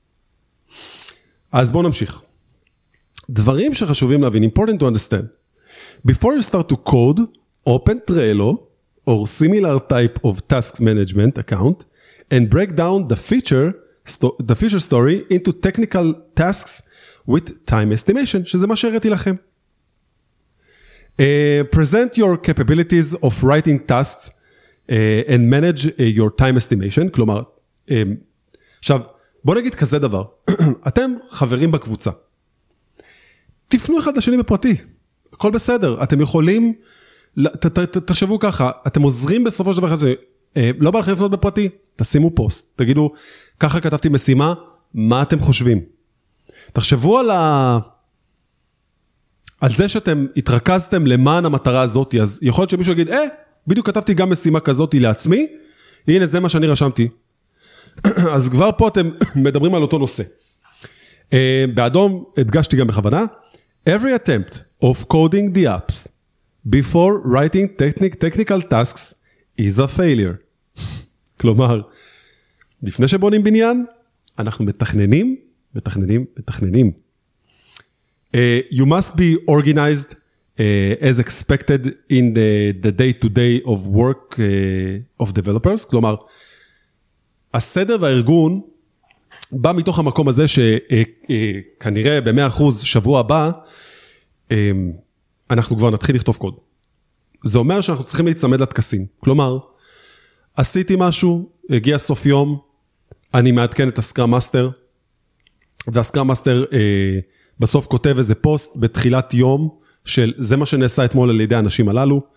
אז בואו נמשיך. דברים שחשובים להבין, important to understand. Before you start to code, open Trello or similar type of task management account and break down the feature, sto- the feature story into technical tasks with time estimation, שזה מה שהראיתי לכם. Uh, present your capabilities of writing tasks uh, and manage uh, your time estimation, כלומר, uh, עכשיו, בוא נגיד כזה דבר, אתם חברים בקבוצה, תפנו אחד לשני בפרטי, הכל בסדר, אתם יכולים, ת, ת, ת, תחשבו ככה, אתם עוזרים בסופו של דבר, uh, לא בא לכם לפנות בפרטי, תשימו פוסט, תגידו, ככה כתבתי משימה, מה אתם חושבים? תחשבו על ה... על זה שאתם התרכזתם למען המטרה הזאת, אז יכול להיות שמישהו יגיד, אה, בדיוק כתבתי גם משימה כזאת לעצמי, הנה זה מה שאני רשמתי. אז כבר פה אתם מדברים על אותו נושא. באדום הדגשתי גם בכוונה, every attempt of coding the apps before writing technic, technical tasks is a failure. כלומר, לפני שבונים בניין, אנחנו מתכננים, מתכננים, מתכננים. Uh, you must be organized uh, as expected in the, the day-to-day of work uh, of developers, כלומר, הסדר והארגון בא מתוך המקום הזה שכנראה uh, uh, ב-מאה אחוז שבוע הבא, uh, אנחנו כבר נתחיל לכתוב קוד. זה אומר שאנחנו צריכים להצמד לתקסים, כלומר, עשיתי משהו, הגיע סוף יום, אני מעדכן את הסקראם מאסטר, והסקראם מאסטר uh, בסוף כותב איזה פוסט בתחילת יום של זה מה שנעשה אתמול על ידי האנשים הללו,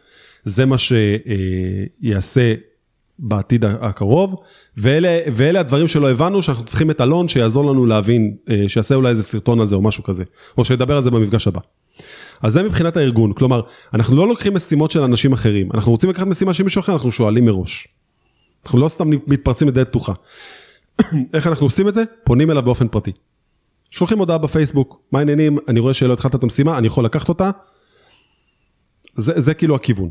זה מה שיעשה בעתיד הקרוב, ואלה, ואלה הדברים שלא הבנו, שאנחנו צריכים את אלון שיעזור לנו להבין, שיעשה אולי איזה סרטון על זה או משהו כזה, או שידבר על זה במפגש הבא. אז זה מבחינת הארגון, כלומר, אנחנו לא לוקחים משימות של אנשים אחרים, אנחנו רוצים לקחת משימה של מישהו אחר, אנחנו שואלים מראש. אנחנו לא סתם מתפרצים לדלת פתוחה. איך אנחנו עושים את זה? פונים אליו באופן פרטי. שולחים הודעה בפייסבוק, מה העניינים, אני רואה שלא התחלת את המשימה, אני יכול לקחת אותה. זה, זה כאילו הכיוון.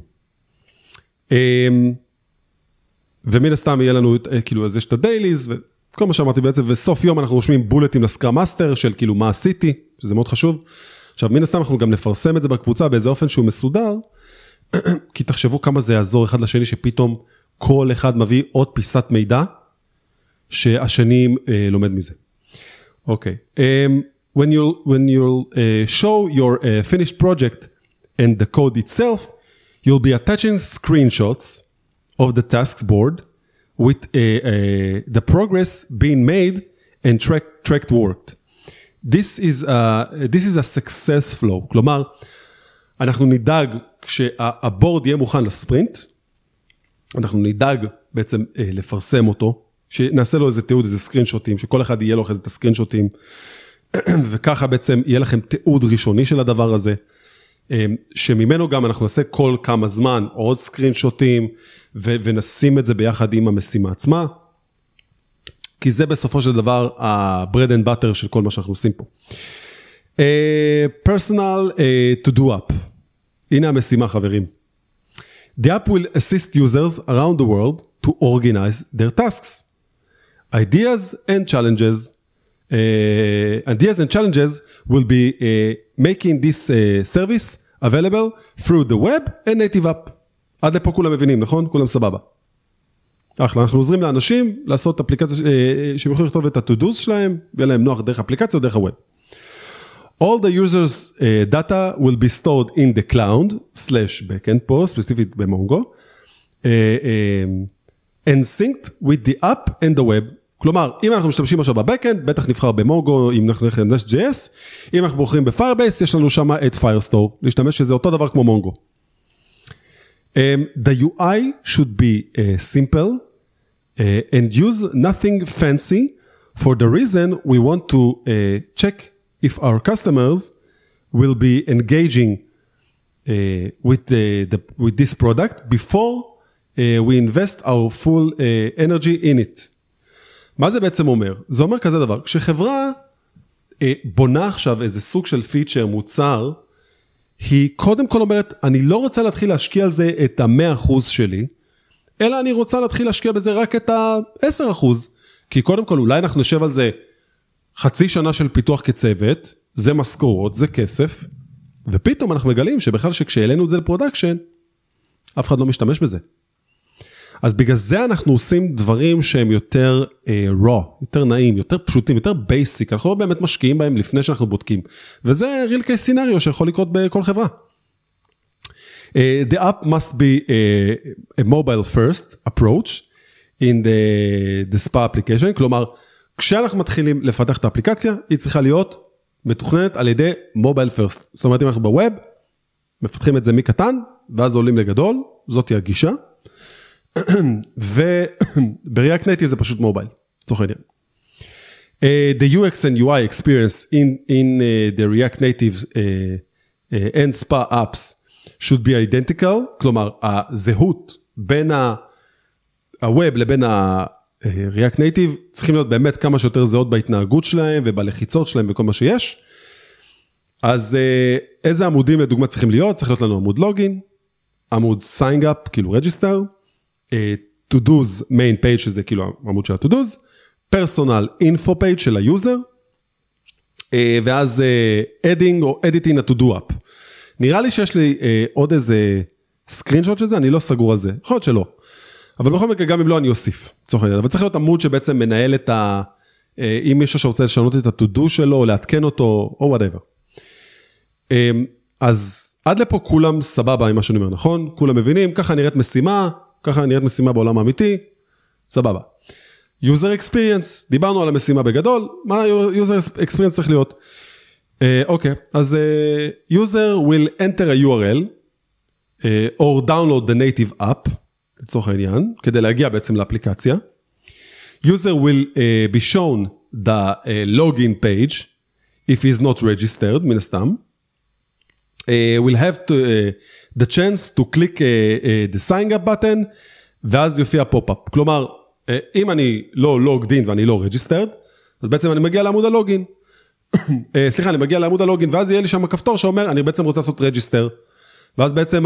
ומן הסתם יהיה לנו, כאילו, אז יש את הדייליז, וכל מה שאמרתי בעצם, וסוף יום אנחנו רושמים בולטים לסקראם מאסטר, של כאילו מה עשיתי, שזה מאוד חשוב. עכשיו, מן הסתם אנחנו גם נפרסם את זה בקבוצה, באיזה אופן שהוא מסודר, כי תחשבו כמה זה יעזור אחד לשני, שפתאום כל אחד מביא עוד פיסת מידע, שהשני אה, לומד מזה. אוקיי. Okay. Um, when you'll, when you'll uh, show your uh, finished project and the code itself, you'll be attaching screenshots of the tasks board with uh, uh, the progress being made and track, tracked worked. This is a, this is a success flow. כלומר, אנחנו נדאג כשהבורד יהיה מוכן לספרינט, אנחנו נדאג בעצם uh, לפרסם אותו, שנעשה לו איזה תיעוד, איזה סקרינשוטים, שכל אחד יהיה לו איזה את הסקרינשוטים, וככה בעצם יהיה לכם תיעוד ראשוני של הדבר הזה, שממנו גם אנחנו נעשה כל כמה זמן עוד סקרינשוטים, ונשים את זה ביחד עם המשימה עצמה, כי זה בסופו של דבר ה-bread and butter של כל מה שאנחנו עושים פה. Personal to do up. הנה המשימה, חברים. The app will assist users around the world to organize their tasks. Ideas and challenges. Uh, ideas and challenges will be uh, making this uh, service available through the web and native app. עד לפה כולם מבינים, נכון? כולם סבבה. אחלה, אנחנו עוזרים לאנשים לעשות אפליקציה, שהם יכולים לכתוב את ה-to-dos שלהם, ויהיה להם נוח דרך אפליקציה או דרך הווב. All the users' uh, data will be stored in the cloud, slash backend פה, ספציפית במונגו, uh, um, and synced with the app and the web. כלומר, אם אנחנו משתמשים עכשיו בבקאנד, בטח נבחר במונגו, אם אנחנו נלך ל-נקסט ג'יי אס, אם אנחנו בוחרים בפיירבייס, יש לנו שם את פיירסטור, להשתמש שזה אותו דבר כמו מונגו. Um, the U I should be uh, simple uh, and use nothing fancy for the reason we want to uh, check if our customers will be engaging uh, with, the, the, with this product before uh, we invest our full uh, energy in it. מה זה בעצם אומר? זה אומר כזה דבר, כשחברה uh, בונה עכשיו איזה סוג של פיצ'ר, מוצר, היא קודם כל אומרת, אני לא רוצה להתחיל להשקיע על זה את ה-מאה אחוז שלי, אלא אני רוצה להתחיל להשקיע בזה רק את ה-עשרה אחוז, כי קודם כל אולי אנחנו נשב על זה חצי שנה של פיתוח כצוות, זה משכורות, זה כסף, ופתאום אנחנו מגלים שבכלל שכשהעלינו את זה לפרודקשן, אף אחד לא משתמש בזה. אז בגלל זה אנחנו עושים דברים שהם יותר uh, raw, יותר נעים, יותר פשוטים, יותר basic, אנחנו לא באמת משקיעים בהם לפני שאנחנו בודקים, וזה real case scenario שיכול לקרות בכל חברה. Uh, the app must be a, a mobile first approach in the, the spa application, כלומר, כשאנחנו מתחילים לפתח את האפליקציה, היא צריכה להיות מתוכננת על ידי mobile first. זאת אומרת, אם אנחנו בווב, מפתחים את זה מקטן, ואז עולים לגדול, זאת היא הגישה, וב-React Native זה פשוט מובייל, צורך העניין. Uh, the U X and U I experience in, in uh, the React Native uh, uh, and Spa apps should be identical, כלומר, הזהות בין ה-Web לבין ה-React Native צריכים להיות באמת כמה שיותר זהות בהתנהגות שלהם ובלחיצות שלהם וכל מה שיש. אז uh, איזה עמודים לדוגמה צריכים להיות? צריך להיות לנו עמוד לוגין, עמוד sign up, כאילו register, to do's main page, שזה כאילו עמוד של ה-to-do's, personal info page של היוזר, ואז adding או editing a to-do app. נראה לי שיש לי עוד איזה screenshot של זה, אני לא סגור על זה, יכול להיות שלא. אבל בכל מקרה, גם אם לא, אני אוסיף, צורך העניין. אבל צריך להיות עמוד שבעצם מנהל את ה... אם מישהו שרוצה לשנות את ה-to-do שלו, או להתקן אותו, או whatever. אז עד לפה כולם סבבה עם מה שאני אומר, נכון? כולם מבינים, ככה נראית משימה, ככה נראית משימה בעולם האמיתי, סבבה. user experience, דיברנו על המשימה בגדול, מה user experience צריך להיות? אוקיי, אז user will enter a U R L, or download the native app, לצורך העניין, כדי להגיע בעצם לאפליקציה. User will uh, be shown the uh, login page, if he is not registered, מן הסתם. Uh, will have to, uh, the chance to click uh, uh, the sign up button, ואז יופיע פופ-אפ. כלומר, uh, אם אני לא logged in ואני לא registered, אז בעצם אני מגיע לעמוד הלוגין. uh, סליחה, אני מגיע לעמוד הלוגין, ואז יהיה לי שם כפתור שאומר, אני בעצם רוצה לעשות register. ואז בעצם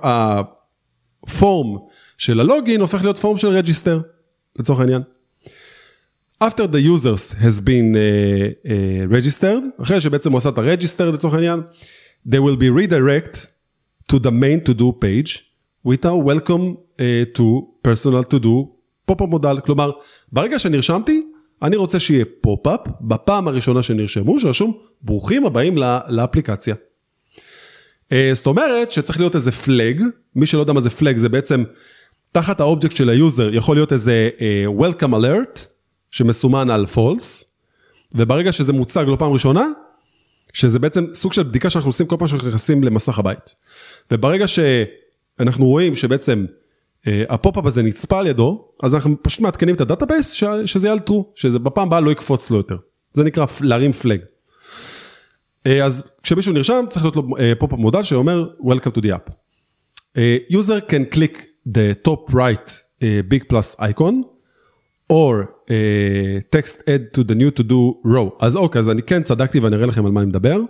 הפורם של הלוגין הופך להיות פורם של register, לצורך העניין. After the users has been uh, uh, registered, אחרי שבעצם הוא עשה את ה-register לצורך העניין, they will be redirect to the main to do page, with a welcome uh, to personal to do פופ-אפ מודל. כלומר, ברגע שנרשמתי, אני רוצה שיהיה פופ-אפ, בפעם הראשונה שנרשמו, שרשום ברוכים הבאים לאפליקציה. Uh, זאת אומרת שצריך להיות איזה פלג, מי שלא יודע מה זה פלג, זה בעצם תחת האובייקט של היוזר, יכול להיות איזה uh, welcome alert, שמסומן על false, וברגע שזה מוצג לא פעם ראשונה, שזה בעצם סוג של בדיקה שאנחנו עושים כל פעם שאנחנו נכנסים למסך הבית. וברגע שאנחנו רואים שבעצם אה, הפופ-אפ הזה נצפה על ידו, אז אנחנו פשוט מעדכנים את הדאטאבייס ש, שזה יהיה על true, שזה בפעם הבאה לא יקפוץ לו יותר. זה נקרא להרים פלג. אה, אז כשמישהו נרשם, צריך להיות לו אה, פופ-אפ מודל שאומר Welcome to the app. אה, user can click the top right אה, big plus icon, or uh, text add to the new to do row. אז אוקיי, אז אני כן צדקתי ואני אראה לכם על מה אני מדבר.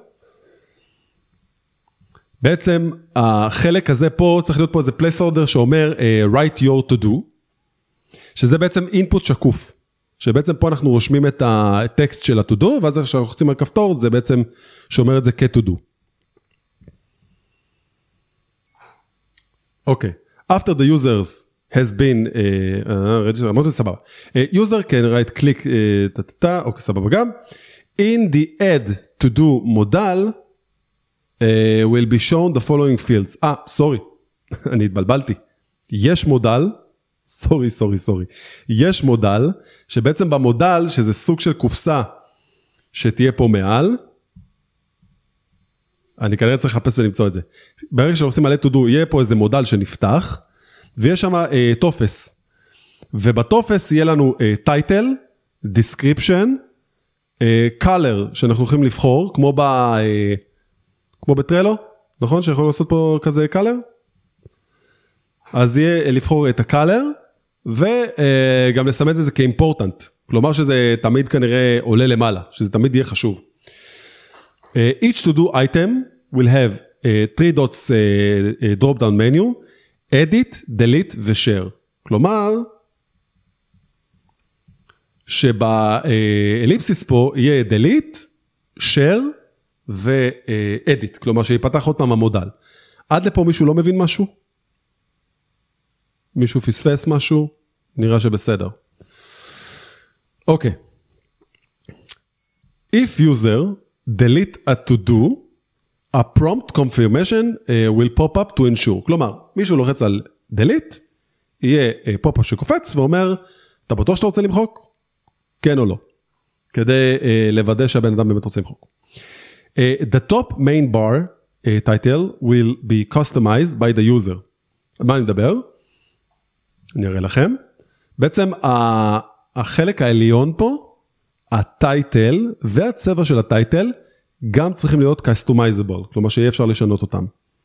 בעצם החלק הזה פה, צריך להיות פה איזה placeholder שאומר uh, write your to do, שזה בעצם input שקוף, שבעצם פה אנחנו רושמים את הטקסט של ה-to do, ואז כשאנחנו לוחצים על כפתור, זה בעצם שאומר את זה כ-to do. אוקיי, after the users has been, אמרתי סבבה, user can right click, אוקיי סבבה גם, in the add to do מודל, will be shown the following fields, אה, סורי, אני התבלבלתי, יש מודל, סורי, סורי, סורי, יש מודל, שבעצם במודל, שזה סוג של קופסה, שתהיה פה מעל, אני כנראה צריך לחפש ולמצוא את זה, ברגע שעושים על add to do, יהיה פה איזה מודל שנפתח, ויש שם אה, טופס, ובטופס יהיה לנו אה, title, description, אה, color שאנחנו יכולים לבחור, כמו, ב, אה, כמו בטרלו, נכון? שיכולים לעשות פה כזה color? אז יהיה אה, לבחור את ה-color, וגם אה, לסמן את זה כ-important, כלומר שזה תמיד כנראה עולה למעלה, שזה תמיד יהיה חשוב. אה, each to do item will have אה, three dots אה, אה, drop down menu, edit, delete ו-share. כלומר, שבאליפסיס פה יהיה delete, share ו-edit. כלומר, שיפתח עוד פעם המודל. עד לפה מישהו לא מבין משהו? מישהו פספס משהו? נראה שבסדר. אוקיי. If user delete a to do, a prompt confirmation uh, will pop up to ensure. כלומר, מישהו לוחץ על delete, יהיה uh, פופ-אפ שקופץ ואומר, אתה בטוח שאתה רוצה למחוק? כן או לא? כדי uh, לוודא שהבן אדם באמת רוצה למחוק. Uh, the top main bar uh, title will be customized by the user. מה אני מדבר? אני אראה לכם. בעצם החלק העליון פה, הטייטל והצבע של הטייטל, גם צריכים להיות customizable, כלומר שיהיה אפשר לשנות אותם.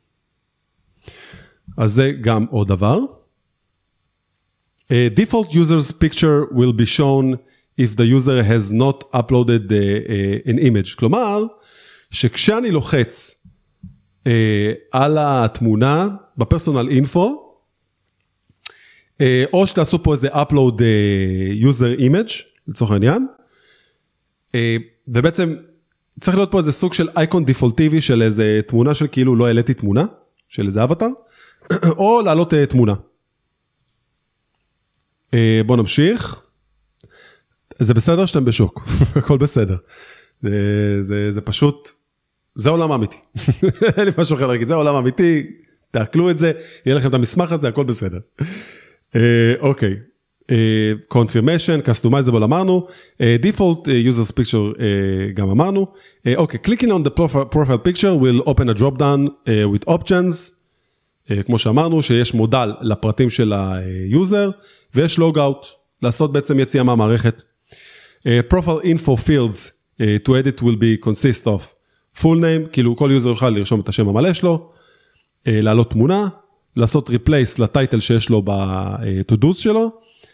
אז זה גם עוד דבר. Uh, default user's picture will be shown if the user has not uploaded uh, uh, an image. כלומר, שכשאני לוחץ uh, על התמונה בפרסונל אינפו, uh, או שתעשו פה איזה upload uh, user image, לצורך העניין, uh, ובעצם צריך להיות פה איזה סוג של אייקון דיפולטיבי של איזה תמונה של כאילו לא העליתי תמונה, של איזה אבטר, או להעלות uh, תמונה. Uh, בואו נמשיך. זה בסדר שאתם בשוק, הכל בסדר. זה, זה, זה פשוט, זה עולם אמיתי. אין לי משהו אחר להגיד, זה עולם אמיתי, תעכלו את זה, יהיה לכם את המסמך הזה, הכל בסדר. אוקיי, confirmation, customizable אמרנו, default users picture גם אמרנו, אוקיי, clicking on the profile, profile picture will open a drop down with options, כמו שאמרנו, שיש מודל לפרטים של היוזר, ויש לוג-אוט, לעשות בעצם יציאה מהמערכת. Profile info fields to edit will be consist of full name, כאילו כל יוזר יוכל לרשום את השם המלא שלו, לעלות תמונה, לעשות replace לטייטל שיש לו ב-to-do's שלו,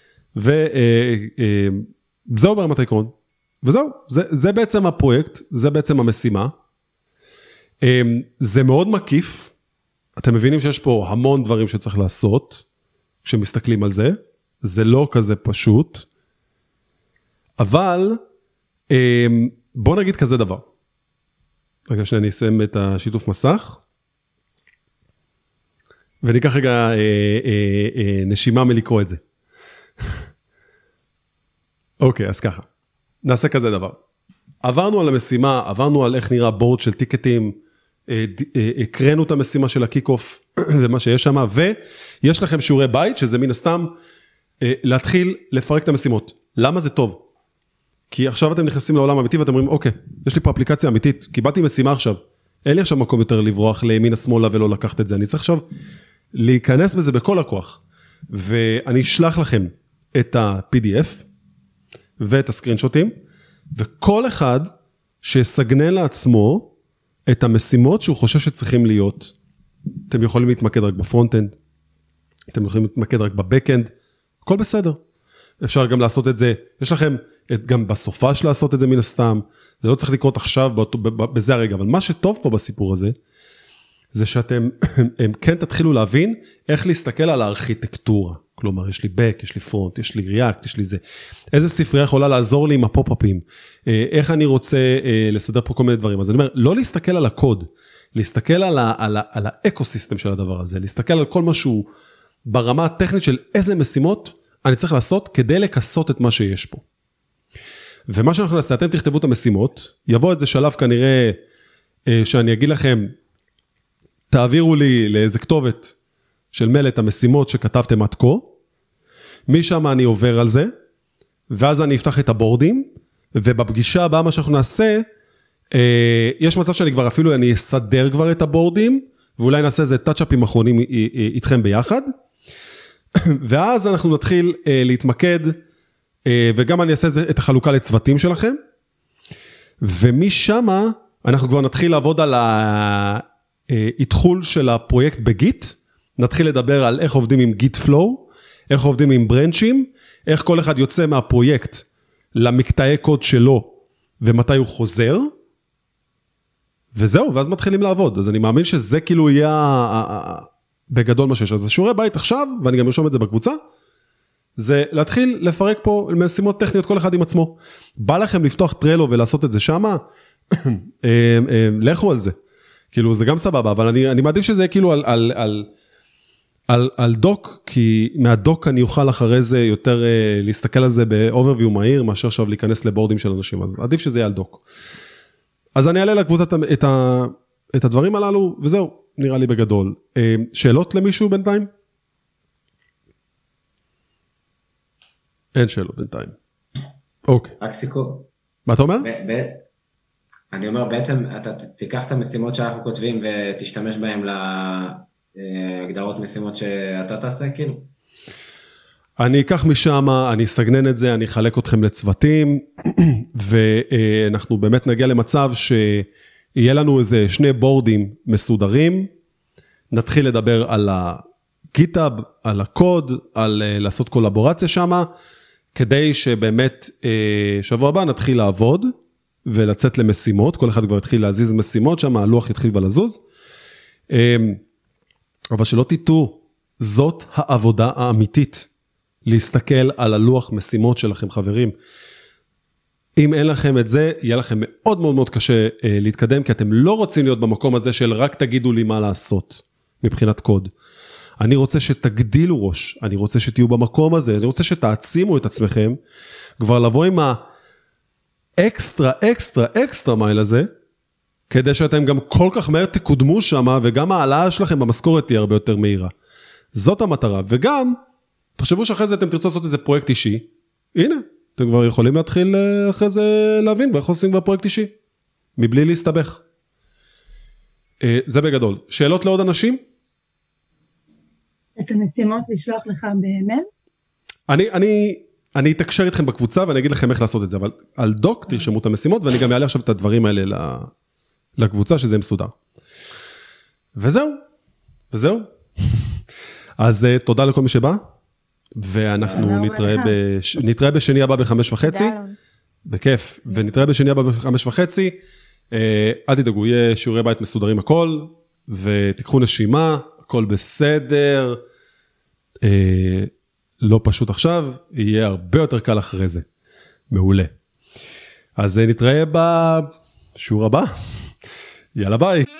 וזהו ברמת העקרון. וזהו, זה, זה בעצם הפרויקט, זה בעצם המשימה. זה מאוד מקיף, אתם מבינים שיש פה המון דברים שצריך לעשות, כשמסתכלים על זה, זה לא כזה פשוט, אבל בוא נגיד כזה דבר. רגע שנייה, אני אסיים את השיתוף מסך, וניקח רגע אה, אה, אה, נשימה מלקרוא את זה. אוקיי, אז ככה. נעשה כזה דבר. עברנו על המשימה, עברנו על איך נראה בורד של טיקטים, הקראנו את המשימה של הקיק-אוף, זה מה שיש שם, ויש לכם שיעורי בית, שזה מן הסתם להתחיל לפרק את המשימות. למה זה טוב? כי עכשיו אתם נכנסים לעולם האמיתי, ואתם אומרים, אוקיי, יש לי פה אפליקציה אמיתית, קיבלתי משימה עכשיו, אין לי עכשיו מקום יותר לברוח לימין השמאלה ולא לקחת את זה, אני צריך עכשיו להיכנס בזה בכל הכוח, ואני אשלח לכם את ה-פי די אף, ואת הסקרינשוטים, וכל אחד שיסגנן לעצמו את המשימות שהוא חושב שצריכים להיות. אתם יכולים להתמקד רק בפרונט-אנד, אתם יכולים להתמקד רק בבק-אנד, הכל בסדר. אפשר גם לעשות את זה, יש לכם גם בסופש לעשות את זה מן הסתם, זה לא צריך לקרות עכשיו בזה הרגע, אבל מה שטוב פה בסיפור הזה, זה שאתם כן תתחילו להבין איך להסתכל על הארכיטקטורה. כלומר, יש לי בק, יש לי פרונט, יש לי ריאקט, יש לי זה. איזה ספרייה יכולה לעזור לי עם הפופ-אפים? איך אני רוצה לסדר פה כל מיני דברים? אז אני אומר, לא להסתכל על הקוד, להסתכל על, ה, על, ה, על האקוסיסטם של הדבר הזה, להסתכל על כל משהו ברמה הטכנית של איזה משימות אני צריך לעשות כדי לקסות את מה שיש פה. ומה שאנחנו נעשה, אתם תכתבו את המשימות, יבוא איזה שלב כנראה שאני אגיד לכם, תעבירו לי לאיזה כתובת של מייל את המשימות שכתבתם עד כה, משם אני עובר על זה, ואז אני אפתח את הבורדים, ובפגישה הבאה מה שאנחנו נעשה, יש מצב שאני כבר אפילו, אני אסדר כבר את הבורדים, ואולי נעשה איזה טאצ'אפים אחרונים איתכם ביחד, ואז אנחנו נתחיל להתמקד, וגם אני אעשה את החלוקה לצוותים שלכם, ומשם אנחנו כבר נתחיל לעבוד על ההתחול של הפרויקט בגיט, נתחיל לדבר על איך עובדים עם גיט פלואו, איך עובדים עם ברנצ'ים, איך כל אחד יוצא מהפרויקט למקטעי קוד שלו, ומתי הוא חוזר, וזהו, ואז מתחילים לעבוד. אז אני מאמין שזה כאילו יהיה בגדול מה שיש. אז שיעורי בית עכשיו, ואני גם ארשום את זה בקבוצה, זה להתחיל לפרק פה משימות טכניות כל אחד עם עצמו. בא לכם לפתוח טרלו ולעשות את זה שמה, לכו על זה. כאילו זה גם סבבה, אבל אני, אני מעדיף שזה יהיה כאילו על, על, על, על, על דוק, כי מהדוק אני אוכל אחרי זה יותר uh, להסתכל על זה באוברוויו מהיר, מאשר עכשיו להיכנס לבורדים של אנשים, אז עדיף שזה יהיה על דוק. אז אני אעלה לקבוצה את, את, את הדברים הללו, וזהו, נראה לי בגדול. Uh, שאלות למישהו בינתיים? אין שאלות בינתיים. אוקיי. רק סיכום. מה אתה אומר? ב- ב- אני אומר, בעצם אתה תיקח את המשימות שאנחנו כותבים ותשתמש בהן להגדרות משימות שאתה תעשה, כאילו? אני אקח משם, אני אסגנן את זה, אני אחלק אתכם לצוותים, ואנחנו באמת נגיע למצב שיהיה לנו איזה שני בורדים מסודרים, נתחיל לדבר על הגיטאב, על הקוד, על לעשות קולבורציה שם, כדי שבאמת שבוע הבא נתחיל לעבוד, ולצאת למשימות, כל אחד כבר התחיל להזיז משימות, שם הלוח התחיל כבר לזוז, אבל שלא תטעו, זאת העבודה האמיתית, להסתכל על הלוח משימות שלכם חברים, אם אין לכם את זה, יהיה לכם מאוד מאוד מאוד קשה להתקדם, כי אתם לא רוצים להיות במקום הזה של רק תגידו לי מה לעשות, מבחינת קוד. אני רוצה שתגדילו ראש, אני רוצה שתהיו במקום הזה, אני רוצה שתעצימו את עצמכם, כבר לבוא עם ה... אקסטרה, אקסטרה, אקסטרה מייל הזה, כדי שאתם גם כל כך מהר תקודמו שם, וגם העלאה שלכם במשכורת תהיה הרבה יותר מהירה. זאת המטרה. וגם, תחשבו שאחרי זה אתם תרצו לעשות איזה פרויקט אישי, הנה, אתם כבר יכולים להתחיל אחרי זה להבין, ואיך עושים כבר פרויקט אישי, מבלי להסתבך. זה בגדול. שאלות לעוד אנשים? את המשימות לשלוח לך במייל? אני, אני, אני אתקשר איתכם בקבוצה, ואני אגיד לכם איך לעשות את זה, אבל על דוק תרשמו את המשימות, ואני גם אעלה עכשיו את הדברים האלה לקבוצה, שזה מסודר. וזהו, וזהו. אז תודה לכל מי שבא, ואנחנו נתראה, בש... נתראה בשני הבא בחמש וחצי, בכיף, ונתראה בשני הבא בחמש וחצי, אל תדאגו, יהיה שיעורי בית מסודרים הכל, ותיקחו נשימה, הכל בסדר, לא פשוט עכשיו, יהיה הרבה יותר קל אחרי זה, מעולה. אז נתראה בשיעור הבא, יאללה ביי.